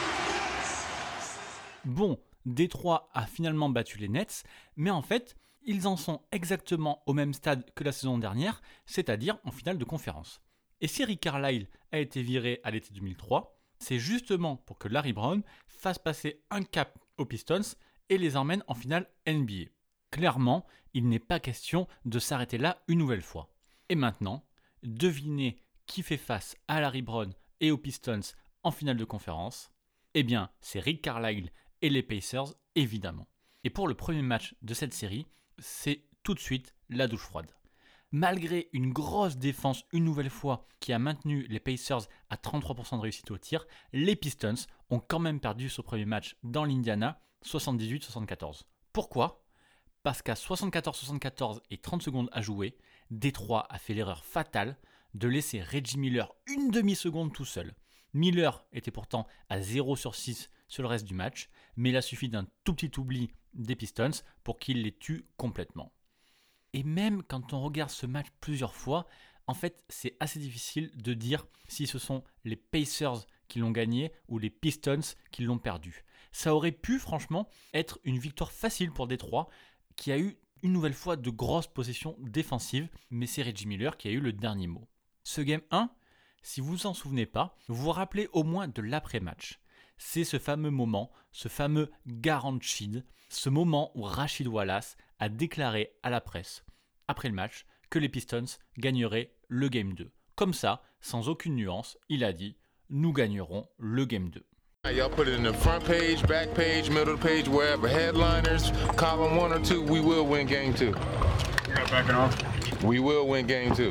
Bon, Détroit a finalement battu les Nets, mais en fait, ils en sont exactement au même stade que la saison dernière, c'est-à-dire en finale de conférence. Et si Rick Carlisle a été viré à l'été deux mille trois, c'est justement pour que Larry Brown fasse passer un cap aux Pistons et les emmène en finale N B A. Clairement, il n'est pas question de s'arrêter là une nouvelle fois. Et maintenant, devinez qui fait face à Larry Brown et aux Pistons en finale de conférence. Eh bien, c'est Rick Carlisle et les Pacers, évidemment. Et pour le premier match de cette série, c'est tout de suite la douche froide. Malgré une grosse défense une nouvelle fois qui a maintenu les Pacers à trente-trois pour cent de réussite au tir, les Pistons ont quand même perdu ce premier match dans l'Indiana, soixante-dix-huit à soixante-quatorze. Pourquoi ? Parce qu'à soixante-quatorze à soixante-quatorze et trente secondes à jouer, Détroit a fait l'erreur fatale de laisser Reggie Miller une demi-seconde tout seul. Miller était pourtant à zéro sur six sur le reste du match, mais il a suffi d'un tout petit oubli des Pistons pour qu'il les tue complètement. Et même quand on regarde ce match plusieurs fois, en fait, c'est assez difficile de dire si ce sont les Pacers qui l'ont gagné ou les Pistons qui l'ont perdu. Ça aurait pu, franchement, être une victoire facile pour Détroit, qui a eu une nouvelle fois de grosses possessions défensives, mais c'est Reggie Miller qui a eu le dernier mot. Ce Game un, si vous vous en souvenez pas, vous vous rappelez au moins de l'après-match. C'est ce fameux moment, ce fameux guaranteed, ce moment où Rashid Wallace a déclaré à la presse, après le match, que les Pistons gagneraient le Game deux. Comme ça, sans aucune nuance, il a dit « Nous gagnerons le Game deux ». Y'all put it in the front page, back page, middle page, wherever, headliners, column one or two, we will win game two. You're not backing off? We will win game two.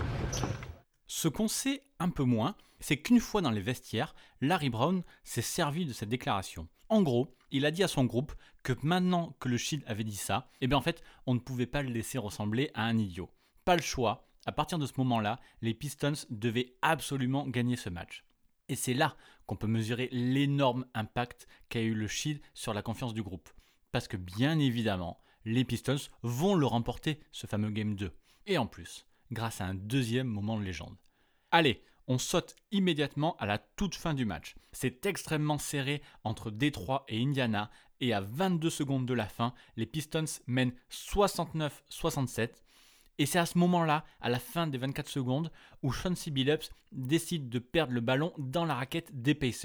Ce qu'on sait un peu moins, c'est qu'une fois dans les vestiaires, Larry Brown s'est servi de cette déclaration. En gros, il a dit à son groupe que maintenant que le Shield avait dit ça, eh bien en fait, on ne pouvait pas le laisser ressembler à un idiot. Pas le choix, à partir de ce moment-là, les Pistons devaient absolument gagner ce match. Et c'est là qu'on peut mesurer l'énorme impact qu'a eu le Shield sur la confiance du groupe. Parce que bien évidemment, les Pistons vont le remporter, ce fameux Game deux. Et en plus, grâce à un deuxième moment de légende. Allez, on saute immédiatement à la toute fin du match. C'est extrêmement serré entre Détroit et Indiana et à vingt-deux secondes de la fin, les Pistons mènent soixante-neuf à soixante-sept. Et c'est à ce moment-là, à la fin des vingt-quatre secondes, où Chauncey Billups décide de perdre le ballon dans la raquette des Pacers.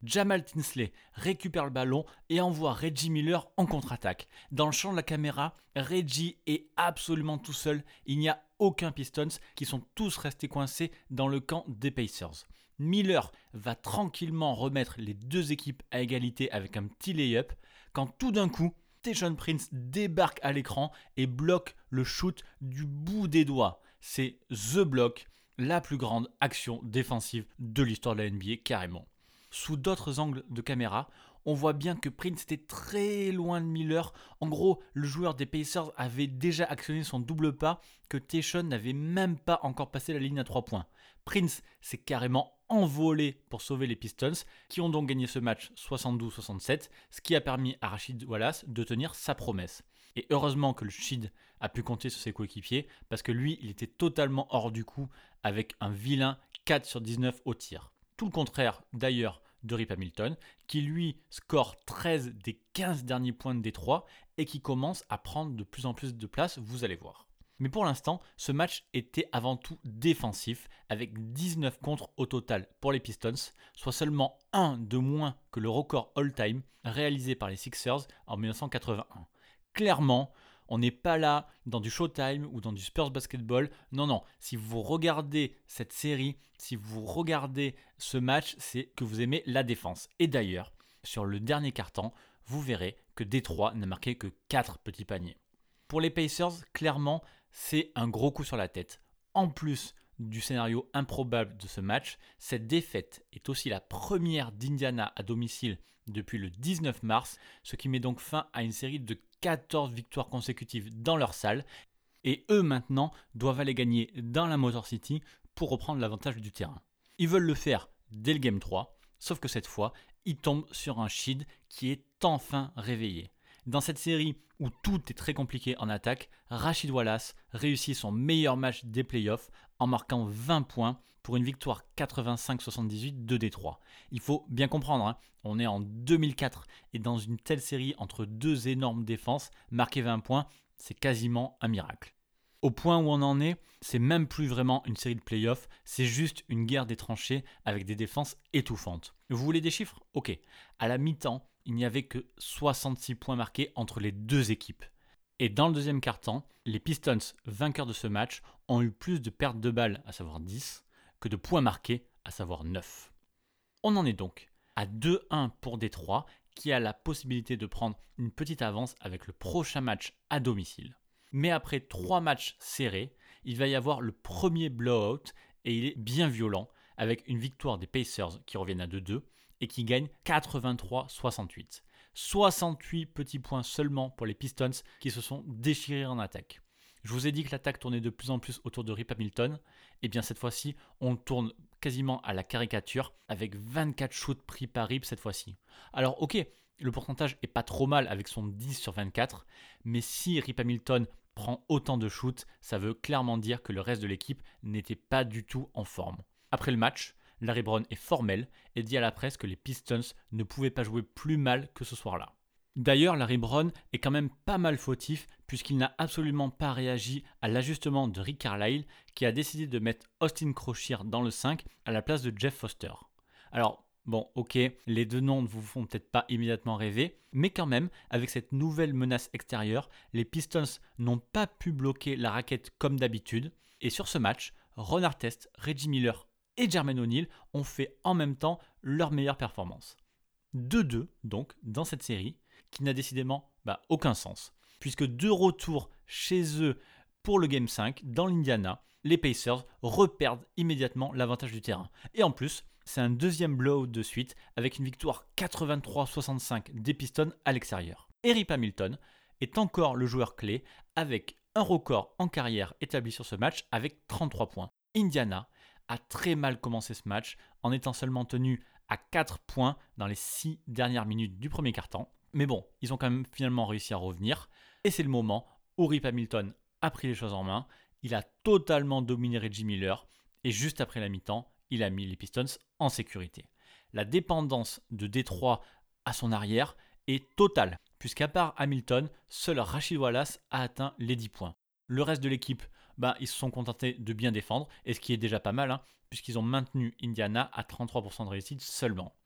Jamal Tinsley récupère le ballon et envoie Reggie Miller en contre-attaque. Dans le champ de la caméra, Reggie est absolument tout seul. Il n'y a aucun Pistons qui sont tous restés coincés dans le camp des Pacers. Miller va tranquillement remettre les deux équipes à égalité avec un petit lay-up quand tout d'un coup, Tayshaun Prince débarque à l'écran et bloque le shoot du bout des doigts. C'est The Block, la plus grande action défensive de l'histoire de la N B A carrément. Sous d'autres angles de caméra, on voit bien que Prince était très loin de Miller. En gros, le joueur des Pacers avait déjà actionné son double pas que Tayshaun n'avait même pas encore passé la ligne à trois points. Prince s'est carrément envolé pour sauver les Pistons, qui ont donc gagné ce match soixante-douze à soixante-sept, ce qui a permis à Rasheed Wallace de tenir sa promesse. Et heureusement que le Shid a pu compter sur ses coéquipiers, parce que lui, il était totalement hors du coup, avec un vilain quatre sur dix-neuf au tir. Tout le contraire d'ailleurs de Rip Hamilton, qui lui score treize des quinze derniers points de Détroit et qui commence à prendre de plus en plus de place, vous allez voir. Mais pour l'instant, ce match était avant tout défensif, avec dix-neuf contres au total pour les Pistons, soit seulement un de moins que le record all-time réalisé par les Sixers en dix-neuf cent quatre-vingt-un. Clairement, on n'est pas là dans du Showtime ou dans du Spurs Basketball. Non, non. Si vous regardez cette série, si vous regardez ce match, c'est que vous aimez la défense. Et d'ailleurs, sur le dernier quart-temps, vous verrez que Détroit n'a marqué que quatre petits paniers. Pour les Pacers, clairement, c'est un gros coup sur la tête. En plus du scénario improbable de ce match, cette défaite est aussi la première d'Indiana à domicile depuis le dix-neuf mars, ce qui met donc fin à une série de quatorze victoires consécutives dans leur salle. Et eux maintenant doivent aller gagner dans la Motor City pour reprendre l'avantage du terrain. Ils veulent le faire dès le Game trois, sauf que cette fois, ils tombent sur un Shid qui est enfin réveillé. Dans cette série où tout est très compliqué en attaque, Rasheed Wallace réussit son meilleur match des playoffs en marquant vingt points pour une victoire quatre-vingt-cinq à soixante-dix-huit de Détroit. Il faut bien comprendre, hein, on est en deux mille quatre et dans une telle série entre deux énormes défenses, marquer vingt points, c'est quasiment un miracle. Au point où on en est, c'est même plus vraiment une série de playoffs, c'est juste une guerre des tranchées avec des défenses étouffantes. Vous voulez des chiffres ? Ok. À la mi-temps, il n'y avait que soixante-six points marqués entre les deux équipes. Et dans le deuxième quart-temps, les Pistons, vainqueurs de ce match, ont eu plus de pertes de balles, à savoir dix, que de points marqués, à savoir neuf. On en est donc à deux un pour Détroit, qui a la possibilité de prendre une petite avance avec le prochain match à domicile. Mais après trois matchs serrés, il va y avoir le premier blowout et il est bien violent avec une victoire des Pacers qui reviennent à deux deux et qui gagnent quatre-vingt-trois à soixante-huit. soixante-huit petits points seulement pour les Pistons qui se sont déchirés en attaque. Je vous ai dit que l'attaque tournait de plus en plus autour de Rip Hamilton. Et bien cette fois-ci, on tourne quasiment à la caricature avec vingt-quatre shoots pris par Rip cette fois-ci. Alors ok, le pourcentage est pas trop mal avec son dix sur vingt-quatre, mais si Rip Hamilton prend autant de shoots, ça veut clairement dire que le reste de l'équipe n'était pas du tout en forme. Après le match, Larry Brown est formel et dit à la presse que les Pistons ne pouvaient pas jouer plus mal que ce soir-là. D'ailleurs, Larry Brown est quand même pas mal fautif puisqu'il n'a absolument pas réagi à l'ajustement de Rick Carlisle qui a décidé de mettre Austin Crochet dans le cinq à la place de Jeff Foster. Alors, bon, ok, les deux noms ne vous font peut-être pas immédiatement rêver, mais quand même, avec cette nouvelle menace extérieure, les Pistons n'ont pas pu bloquer la raquette comme d'habitude. Et sur ce match, Ron Artest, Reggie Miller et Jermaine O'Neal ont fait en même temps leur meilleure performance. deux deux donc dans cette série qui n'a décidément bah, aucun sens, puisque de retour chez eux pour le Game cinq dans l'Indiana, les Pacers reperdent immédiatement l'avantage du terrain. Et en plus, c'est un deuxième blowout de suite avec une victoire quatre-vingt-trois à soixante-cinq des Pistons à l'extérieur. Et Rip Hamilton est encore le joueur clé avec un record en carrière établi sur ce match avec trente-trois points. Indiana a très mal commencé ce match en étant seulement tenu à quatre points dans les six dernières minutes du premier quart-temps. Mais bon, ils ont quand même finalement réussi à revenir. Et c'est le moment où Rip Hamilton a pris les choses en main. Il a totalement dominé Reggie Miller. Et juste après la mi-temps, il a mis les Pistons en sécurité. La dépendance de Détroit à son arrière est totale, puisqu'à part Hamilton, seul Rasheed Wallace a atteint les dix points. Le reste de l'équipe, bah, ils se sont contentés de bien défendre, et ce qui est déjà pas mal, hein, puisqu'ils ont maintenu Indiana à trente-trois pour cent de réussite seulement.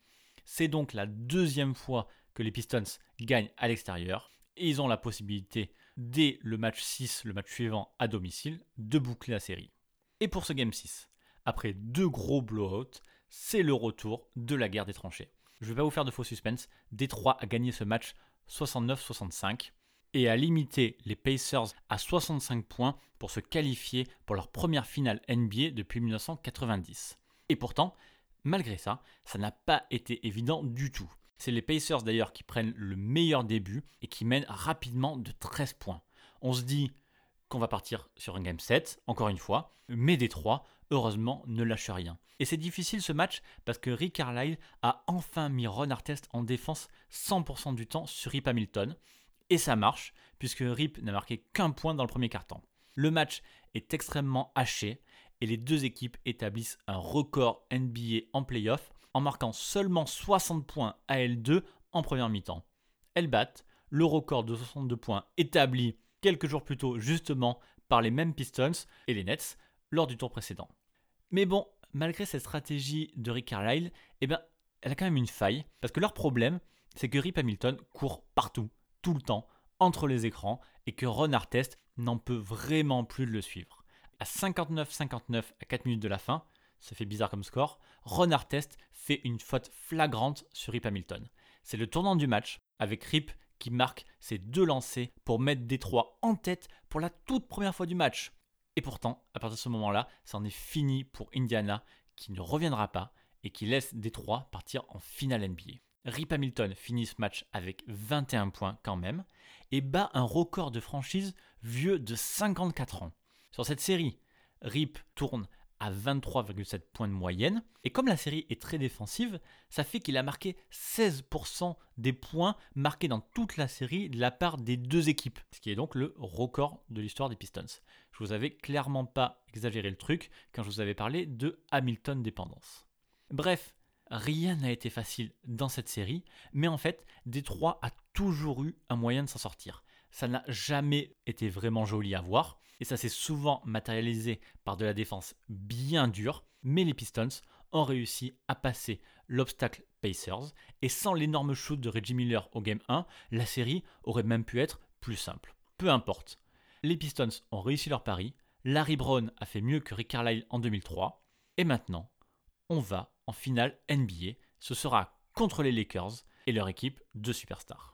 C'est donc la deuxième fois que les Pistons gagnent à l'extérieur et ils ont la possibilité, dès le match six, le match suivant à domicile, de boucler la série. Et pour ce Game six, après deux gros blowouts, c'est le retour de la guerre des tranchées. Je ne vais pas vous faire de faux suspense, Détroit a gagné ce match soixante-neuf soixante-cinq et a limité les Pacers à soixante-cinq points pour se qualifier pour leur première finale N B A depuis dix-neuf cent quatre-vingt-dix. Et pourtant, malgré ça, ça n'a pas été évident du tout. C'est les Pacers d'ailleurs qui prennent le meilleur début et qui mènent rapidement de treize points. On se dit qu'on va partir sur un Game sept, encore une fois, mais Détroit, heureusement, ne lâche rien. Et c'est difficile ce match parce que Rick Carlisle a enfin mis Ron Artest en défense cent pour cent du temps sur Rip Hamilton. Et ça marche, puisque Rip n'a marqué qu'un point dans le premier quart-temps. Le match est extrêmement haché et les deux équipes établissent un record N B A en play-off en marquant seulement soixante points à L deux en première mi-temps. Elles battent le record de soixante-deux points établi quelques jours plus tôt justement par les mêmes Pistons et les Nets lors du tour précédent. Mais bon, malgré cette stratégie de Rick Carlisle, eh ben, elle a quand même une faille, parce que leur problème, c'est que Rip Hamilton court partout, tout le temps, entre les écrans, et que Ron Artest n'en peut vraiment plus de le suivre. À cinquante-neuf cinquante-neuf à quatre minutes de la fin, ça fait bizarre comme score, Ron Artest fait une faute flagrante sur Rip Hamilton. C'est le tournant du match, avec Rip qui marque ses deux lancers pour mettre Détroit en tête pour la toute première fois du match. Et pourtant, à partir de ce moment-là, ça en est fini pour Indiana, qui ne reviendra pas et qui laisse Détroit partir en finale N B A. Rip Hamilton finit ce match avec vingt et un points quand même, et bat un record de franchise vieux de cinquante-quatre ans. Sur cette série, Rip tourne à vingt-trois virgule sept points de moyenne, et comme la série est très défensive, ça fait qu'il a marqué seize pour cent des points marqués dans toute la série de la part des deux équipes, ce qui est donc le record de l'histoire des Pistons. Je vous avais clairement pas exagéré le truc quand je vous avais parlé de Hamilton dépendance. Bref, rien n'a été facile dans cette série, mais en fait, Détroit a toujours eu un moyen de s'en sortir. Ça n'a jamais été vraiment joli à voir, et ça s'est souvent matérialisé par de la défense bien dure, mais les Pistons ont réussi à passer l'obstacle Pacers, et sans l'énorme shoot de Reggie Miller au Game un, la série aurait même pu être plus simple. Peu importe. Les Pistons ont réussi leur pari, Larry Brown a fait mieux que Rick Carlisle en deux mille trois, et maintenant, on va en finale N B A. Ce sera contre les Lakers et leur équipe de superstars.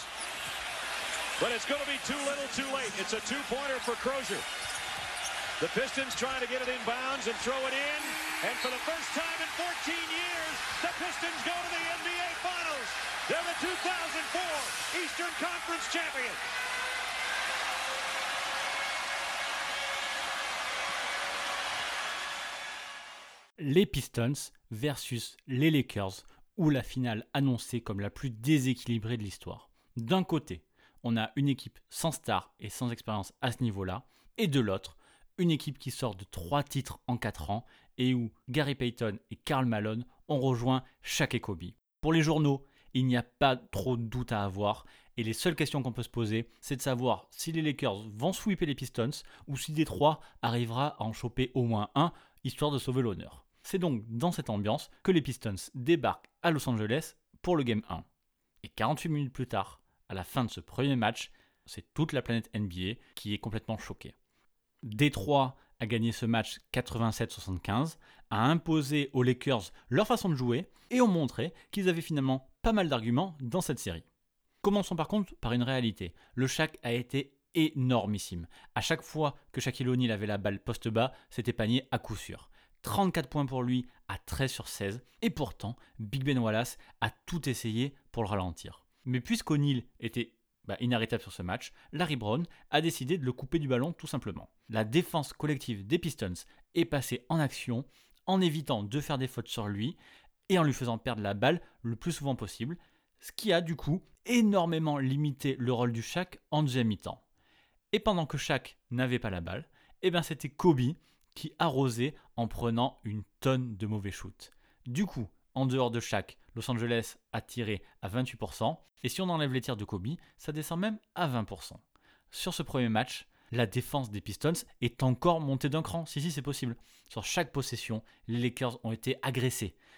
But it's going to be too little too late. It's a two-pointer for Crozier. The Pistons trying to get it in bounds and throw it in. And for the first time in fourteen years, the Pistons go to the N B A Finals. They're the two thousand four Eastern Conference champions. Les Pistons versus les Lakers, ou la finale annoncée comme la plus déséquilibrée de l'histoire. D'un côté, on a une équipe sans star et sans expérience à ce niveau-là, et de l'autre, une équipe qui sort de trois titres en quatre ans et où Gary Payton et Karl Malone ont rejoint Shaq et Kobe. Pour les journaux, il n'y a pas trop de doute à avoir et les seules questions qu'on peut se poser, c'est de savoir si les Lakers vont sweeper les Pistons ou si Détroit arrivera à en choper au moins un, histoire de sauver l'honneur. C'est donc dans cette ambiance que les Pistons débarquent à Los Angeles pour le Game un. Et quarante-huit minutes plus tard, à la fin de ce premier match, c'est toute la planète N B A qui est complètement choquée. Détroit a gagné ce match quatre-vingt-sept soixante-quinze, a imposé aux Lakers leur façon de jouer et ont montré qu'ils avaient finalement pas mal d'arguments dans cette série. Commençons par contre par une réalité. Le Shaq a été énormissime. À chaque fois que Shaquille O'Neal avait la balle poste bas, c'était panier à coup sûr. trente-quatre points pour lui à treize sur seize, et pourtant, Big Ben Wallace a tout essayé pour le ralentir. Mais puisqu'O'Neal était bah, inarrêtable sur ce match, Larry Brown a décidé de le couper du ballon tout simplement. La défense collective des Pistons est passée en action en évitant de faire des fautes sur lui et en lui faisant perdre la balle le plus souvent possible, ce qui a du coup énormément limité le rôle du Shaq en deuxième mi-temps. Et pendant que Shaq n'avait pas la balle, eh ben c'était Kobe qui arrosait en prenant une tonne de mauvais shoots. Du coup, en dehors de Shaq, Los Angeles a tiré à vingt-huit pour cent, et si on enlève les tirs de Kobe, ça descend même à vingt pour cent. Sur ce premier match, la défense des Pistons est encore montée d'un cran. Si, si, c'est possible. Sur chaque possession, les Lakers ont été agressés.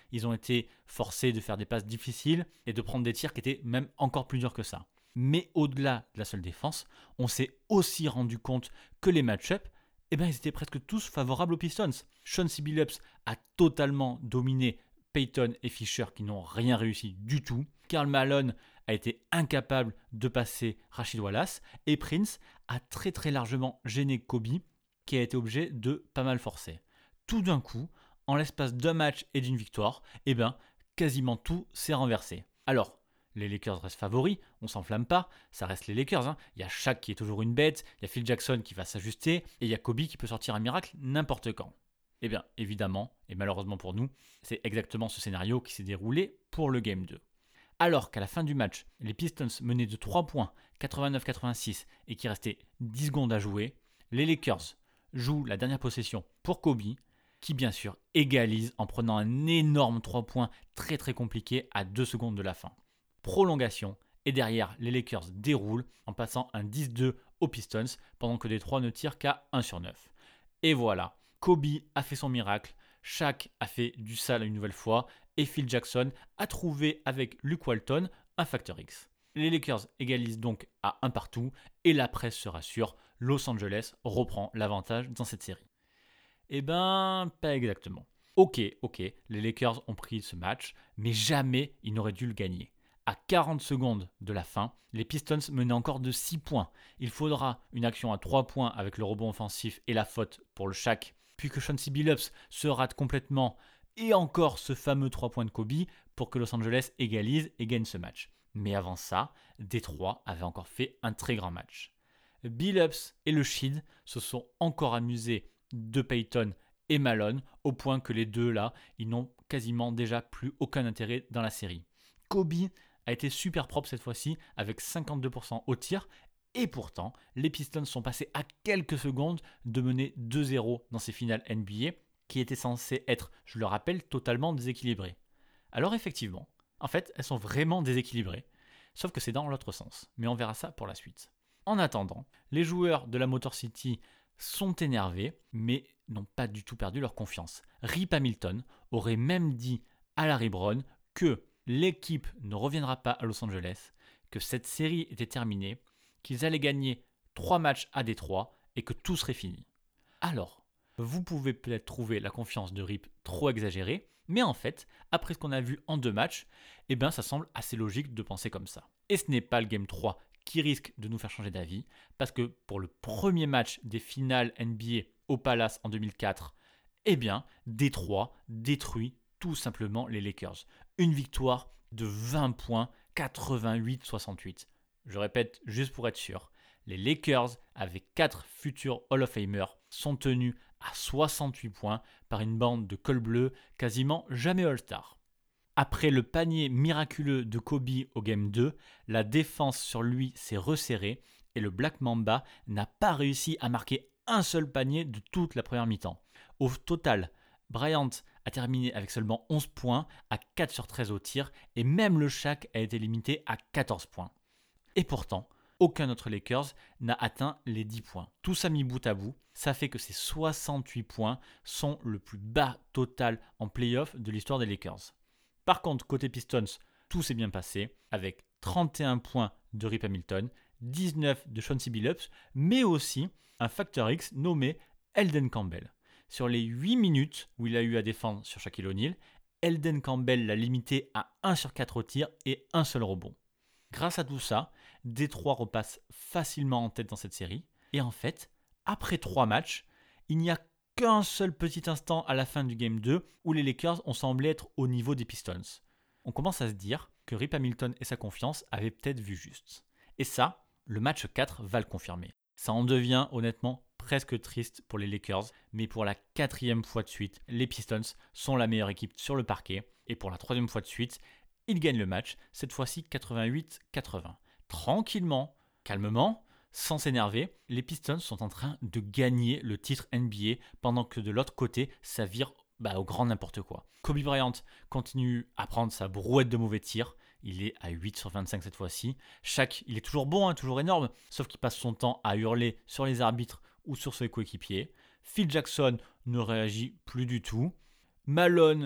ils ont été forcés de faire des passes difficiles et de prendre des tirs qui étaient même encore plus durs que ça. Mais au-delà de la seule défense, on s'est aussi rendu compte que les match-ups, eh ben, ils étaient presque tous favorables aux Pistons. Chauncey Billups a totalement dominé Payton et Fisher qui n'ont rien réussi du tout. Karl Malone a été incapable de passer Rashid Wallace et Prince a très très largement gêné Kobe qui a été obligé de pas mal forcer. Tout d'un coup, en l'espace d'un match et d'une victoire, eh ben, quasiment tout s'est renversé. Alors, les Lakers restent favoris, on s'enflamme pas, ça reste les Lakers. Hein. Il y a Shaq qui est toujours une bête, il y a Phil Jackson qui va s'ajuster, et il y a Kobe qui peut sortir un miracle n'importe quand. Eh bien, évidemment, et malheureusement pour nous, c'est exactement ce scénario qui s'est déroulé pour le Game deux. Alors qu'à la fin du match, les Pistons menaient de trois points, quatre-vingt-neuf à quatre-vingt-six, et qu'il restait dix secondes à jouer, les Lakers jouent la dernière possession pour Kobe, qui bien sûr égalise en prenant un énorme trois points très très compliqué à deux secondes de la fin. Prolongation, et derrière, les Lakers déroulent en passant un dix deux aux Pistons, pendant que Détroit ne tire qu'à un sur neuf. Et voilà, Kobe a fait son miracle, Shaq a fait du sale une nouvelle fois, et Phil Jackson a trouvé avec Luke Walton un facteur X. Les Lakers égalisent donc à un partout, et la presse se rassure, Los Angeles reprend l'avantage dans cette série. Eh ben, pas exactement. Ok, ok, les Lakers ont pris ce match, mais jamais ils n'auraient dû le gagner. À quarante secondes de la fin, les Pistons menaient encore de six points. Il faudra une action à trois points avec le rebond offensif et la faute pour le Shaq, puis que Chauncey Billups se rate complètement, et encore ce fameux trois points de Kobe pour que Los Angeles égalise et gagne ce match. Mais avant ça, Détroit avait encore fait un très grand match. Billups et le Shid se sont encore amusés de Payton et Malone, au point que les deux là, ils n'ont quasiment déjà plus aucun intérêt dans la série. Kobe a été super propre cette fois-ci avec cinquante-deux pour cent au tir et pourtant les Pistons sont passés à quelques secondes de mener deux zéro dans ces finales N B A qui étaient censées être, je le rappelle, totalement déséquilibrées. Alors effectivement, en fait elles sont vraiment déséquilibrées, sauf que c'est dans l'autre sens, mais on verra ça pour la suite. En attendant, les joueurs de la Motor City sont énervés mais n'ont pas du tout perdu leur confiance. Rip Hamilton aurait même dit à Larry Brown que l'équipe ne reviendra pas à Los Angeles, que cette série était terminée, qu'ils allaient gagner trois matchs à Détroit et que tout serait fini. Alors, vous pouvez peut-être trouver la confiance de Rip trop exagérée, mais en fait, après ce qu'on a vu en deux matchs, eh ben ça semble assez logique de penser comme ça. Et ce n'est pas le Game trois qui risque de nous faire changer d'avis, parce que pour le premier match des finales N B A au Palace en deux mille quatre, eh bien, Détroit détruit tout simplement les Lakers. Une victoire de vingt points, quatre-vingt-huit à soixante-huit. Je répète juste pour être sûr, les Lakers, avec quatre futurs Hall of Famers, sont tenus à soixante-huit points par une bande de col bleu quasiment jamais All-Star. Après le panier miraculeux de Kobe au Game deux, la défense sur lui s'est resserrée et le Black Mamba n'a pas réussi à marquer un seul panier de toute la première mi-temps. Au total, Bryant a terminé avec seulement onze points à quatre sur treize au tir et même le Shaq a été limité à quatorze points. Et pourtant, aucun autre Lakers n'a atteint les dix points. Tout ça mis bout à bout, ça fait que ces soixante-huit points sont le plus bas total en play-off de l'histoire des Lakers. Par contre, côté Pistons, tout s'est bien passé avec trente et un points de Rip Hamilton, dix-neuf de Chauncey Billups, mais aussi un facteur X nommé Elden Campbell. Sur les huit minutes où il a eu à défendre sur Shaquille O'Neal, Elden Campbell l'a limité à un sur quatre au tir et un seul rebond. Grâce à tout ça, Détroit repasse facilement en tête dans cette série. Et en fait, après trois matchs, il n'y a qu'un seul petit instant à la fin du Game deux où les Lakers ont semblé être au niveau des Pistons. On commence à se dire que Rip Hamilton et sa confiance avaient peut-être vu juste. Et ça, le match quatre va le confirmer. Ça en devient honnêtement presque triste pour les Lakers, mais pour la quatrième fois de suite, les Pistons sont la meilleure équipe sur le parquet, et pour la troisième fois de suite, ils gagnent le match, cette fois-ci quatre-vingt-huit à quatre-vingts. Tranquillement, calmement, sans s'énerver, les Pistons sont en train de gagner le titre N B A, pendant que de l'autre côté, ça vire bah, au grand n'importe quoi. Kobe Bryant continue à prendre sa brouette de mauvais tirs, il est à huit sur vingt-cinq cette fois-ci. Shaq, il est toujours bon, hein, toujours énorme, sauf qu'il passe son temps à hurler sur les arbitres ou sur ses coéquipiers. Phil Jackson ne réagit plus du tout. Malone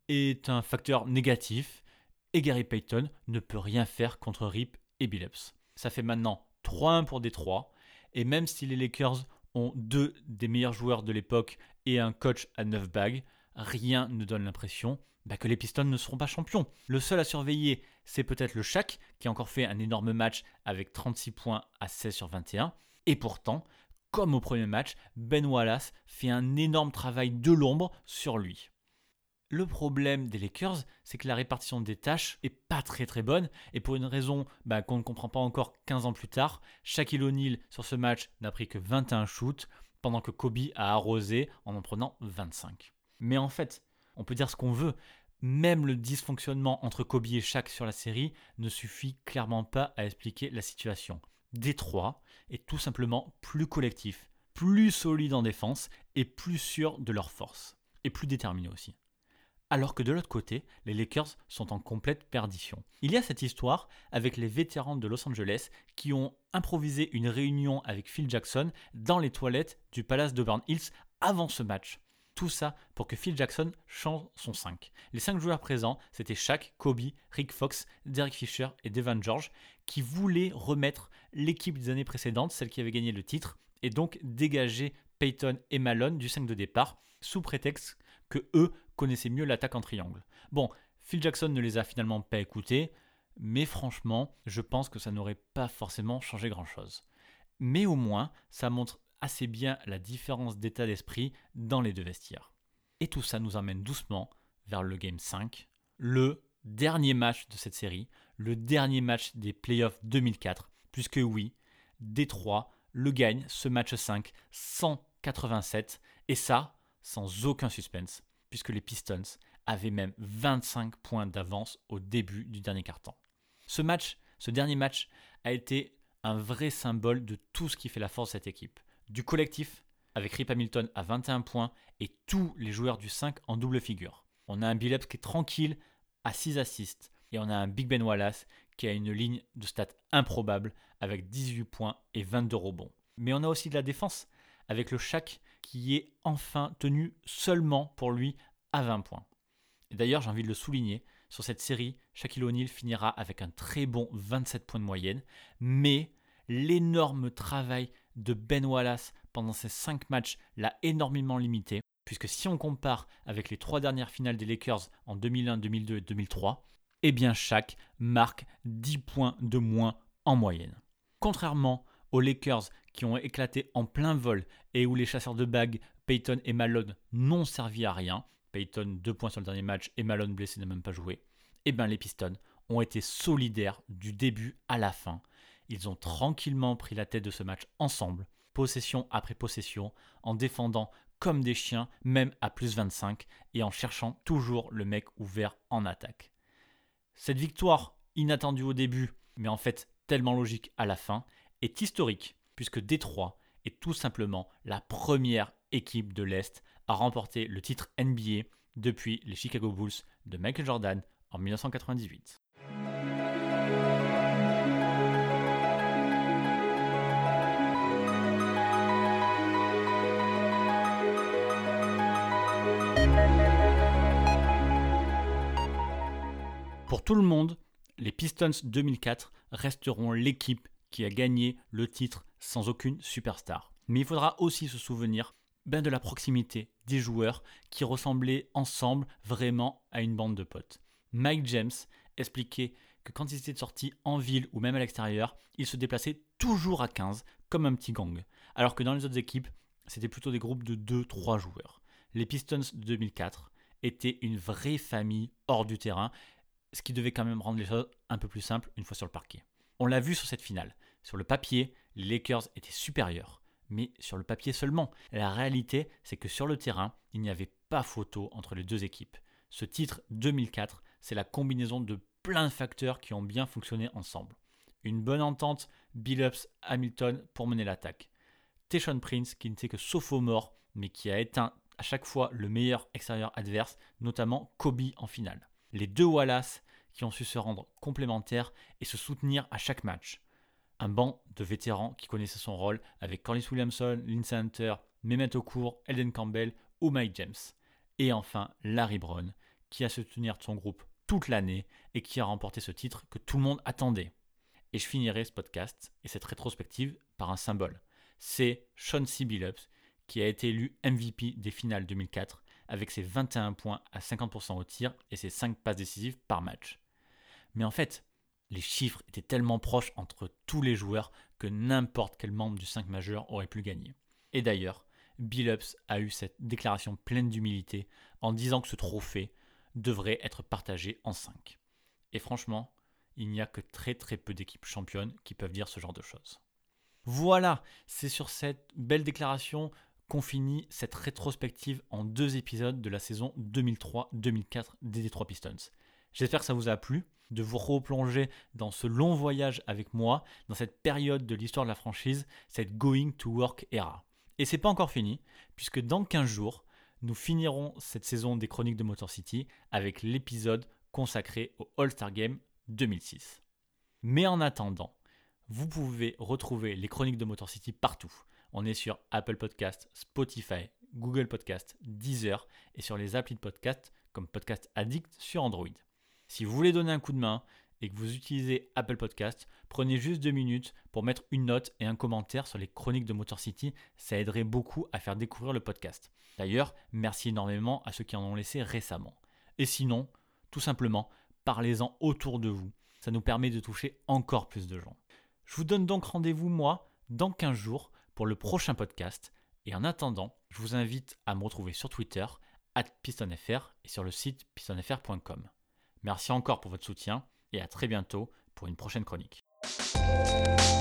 est un facteur négatif et Gary Payton ne peut rien faire contre Rip et Billups. Ça fait maintenant trois un pour Détroit et même si les Lakers ont deux des meilleurs joueurs de l'époque et un coach à neuf bagues, rien ne donne l'impression bah, que les Pistons ne seront pas champions. Le seul à surveiller, c'est peut-être le Shaq qui a encore fait un énorme match avec trente-six points à seize sur vingt et un. Et pourtant, comme au premier match, Ben Wallace fait un énorme travail de l'ombre sur lui. Le problème des Lakers, c'est que la répartition des tâches est pas très très bonne et pour une raison bah, qu'on ne comprend pas encore quinze ans plus tard, Shaquille O'Neal sur ce match n'a pris que vingt et un shoots pendant que Kobe a arrosé en en prenant vingt-cinq. Mais en fait, on peut dire ce qu'on veut, même le dysfonctionnement entre Kobe et Shaq sur la série ne suffit clairement pas à expliquer la situation. Détroit est tout simplement plus collectif, plus solide en défense et plus sûr de leur force, et plus déterminé aussi. Alors que de l'autre côté, les Lakers sont en complète perdition. Il y a cette histoire avec les vétérans de Los Angeles qui ont improvisé une réunion avec Phil Jackson dans les toilettes du Palace d'Auburn Hills avant ce match. Tout ça pour que Phil Jackson change son cinq. Les cinq joueurs présents, c'était Shaq, Kobe, Rick Fox, Derek Fisher et Devan George qui voulaient remettre l'équipe des années précédentes, celle qui avait gagné le titre, et donc dégager Payton et Malone du cinq de départ sous prétexte que eux connaissaient mieux l'attaque en triangle. Bon, Phil Jackson ne les a finalement pas écoutés, mais franchement, je pense que ça n'aurait pas forcément changé grand-chose. Mais au moins, ça montre assez bien la différence d'état d'esprit dans les deux vestiaires. Et tout ça nous emmène doucement vers le Game cinq, le dernier match de cette série, le dernier match des playoffs deux mille quatre, puisque oui, Détroit le gagne, ce match cinq, cent quatre-vingt-sept, et ça, sans aucun suspense, puisque les Pistons avaient même vingt-cinq points d'avance au début du dernier quart-temps. Ce match, ce dernier match, a été un vrai symbole de tout ce qui fait la force de cette équipe. Du collectif, avec Rip Hamilton à vingt et un points et tous les joueurs du cinq en double figure. On a un Billups qui est tranquille à six assists et on a un Big Ben Wallace qui a une ligne de stats improbable avec dix-huit points et vingt-deux rebonds. Mais on a aussi de la défense avec le Shaq qui est enfin tenu seulement pour lui à vingt points. Et d'ailleurs, j'ai envie de le souligner, sur cette série, Shaquille O'Neal finira avec un très bon vingt-sept points de moyenne, mais l'énorme travail de Ben Wallace pendant ces cinq matchs l'a énormément limité, puisque si on compare avec les trois dernières finales des Lakers en deux mille un, deux mille deux et deux mille trois, eh bien Shaq marque dix points de moins en moyenne. Contrairement aux Lakers qui ont éclaté en plein vol et où les chasseurs de bagues, Payton et Malone, n'ont servi à rien, Payton deux points sur le dernier match et Malone blessé n'a même pas joué, eh bien les Pistons ont été solidaires du début à la fin. Ils ont tranquillement pris la tête de ce match ensemble, possession après possession, en défendant comme des chiens, même à plus vingt-cinq, et en cherchant toujours le mec ouvert en attaque. Cette victoire, inattendue au début, mais en fait tellement logique à la fin, est historique, puisque Détroit est tout simplement la première équipe de l'Est à remporter le titre N B A depuis les Chicago Bulls de Michael Jordan en dix-neuf cent quatre-vingt-dix-huit. Pour tout le monde, les Pistons deux mille quatre resteront l'équipe qui a gagné le titre sans aucune superstar. Mais il faudra aussi se souvenir ben, de la proximité des joueurs qui ressemblaient ensemble vraiment à une bande de potes. Mike James expliquait que quand ils étaient sortis en ville ou même à l'extérieur, ils se déplaçaient toujours à quinze comme un petit gang, alors que dans les autres équipes, c'était plutôt des groupes de deux trois joueurs. Les Pistons de deux mille quatre étaient une vraie famille hors du terrain, ce qui devait quand même rendre les choses un peu plus simples une fois sur le parquet. On l'a vu sur cette finale. Sur le papier, les Lakers étaient supérieurs, mais sur le papier seulement. La réalité, c'est que sur le terrain, il n'y avait pas photo entre les deux équipes. Ce titre deux mille quatre, c'est la combinaison de plein de facteurs qui ont bien fonctionné ensemble. Une bonne entente, Billups, Hamilton pour mener l'attaque. Tayshaun Prince, qui n'était que sophomore, mais qui a éteint à chaque fois le meilleur extérieur adverse, notamment Kobe en finale. Les deux Wallace qui ont su se rendre complémentaires et se soutenir à chaque match. Un banc de vétérans qui connaissaient son rôle avec Corliss Williamson, Lindsey Hunter, Mehmet Okur, Elden Campbell ou Mike James. Et enfin Larry Brown qui a soutenu son groupe toute l'année et qui a remporté ce titre que tout le monde attendait. Et je finirai ce podcast et cette rétrospective par un symbole. C'est Chauncey Billups qui a été élu M V P des finales deux mille quatre avec ses vingt et un points à cinquante pour cent au tir et ses cinq passes décisives par match. Mais en fait, les chiffres étaient tellement proches entre tous les joueurs que n'importe quel membre du cinq majeur aurait pu le gagner. Et d'ailleurs, Billups a eu cette déclaration pleine d'humilité en disant que ce trophée devrait être partagé en cinq. Et franchement, il n'y a que très très peu d'équipes championnes qui peuvent dire ce genre de choses. Voilà, c'est sur cette belle déclaration qu'on finit cette rétrospective en deux épisodes de la saison deux mille trois deux mille quatre des Detroit Pistons. J'espère que ça vous a plu, de vous replonger dans ce long voyage avec moi, dans cette période de l'histoire de la franchise, cette Going to Work era. Et c'est pas encore fini, puisque dans quinze jours, nous finirons cette saison des Chroniques de Motor City avec l'épisode consacré au All-Star Game deux mille six. Mais en attendant, vous pouvez retrouver les Chroniques de Motor City partout. On est sur Apple Podcasts, Spotify, Google Podcasts, Deezer et sur les applis de podcast comme Podcast Addict sur Android. Si vous voulez donner un coup de main et que vous utilisez Apple Podcasts, prenez juste deux minutes pour mettre une note et un commentaire sur les Chroniques de Motor City. Ça aiderait beaucoup à faire découvrir le podcast. D'ailleurs, merci énormément à ceux qui en ont laissé récemment. Et sinon, tout simplement, parlez-en autour de vous. Ça nous permet de toucher encore plus de gens. Je vous donne donc rendez-vous, moi, dans quinze jours pour le prochain podcast. Et en attendant, je vous invite à me retrouver sur Twitter, arobase pistonfr et sur le site piston f r point com. Merci encore pour votre soutien et à très bientôt pour une prochaine chronique.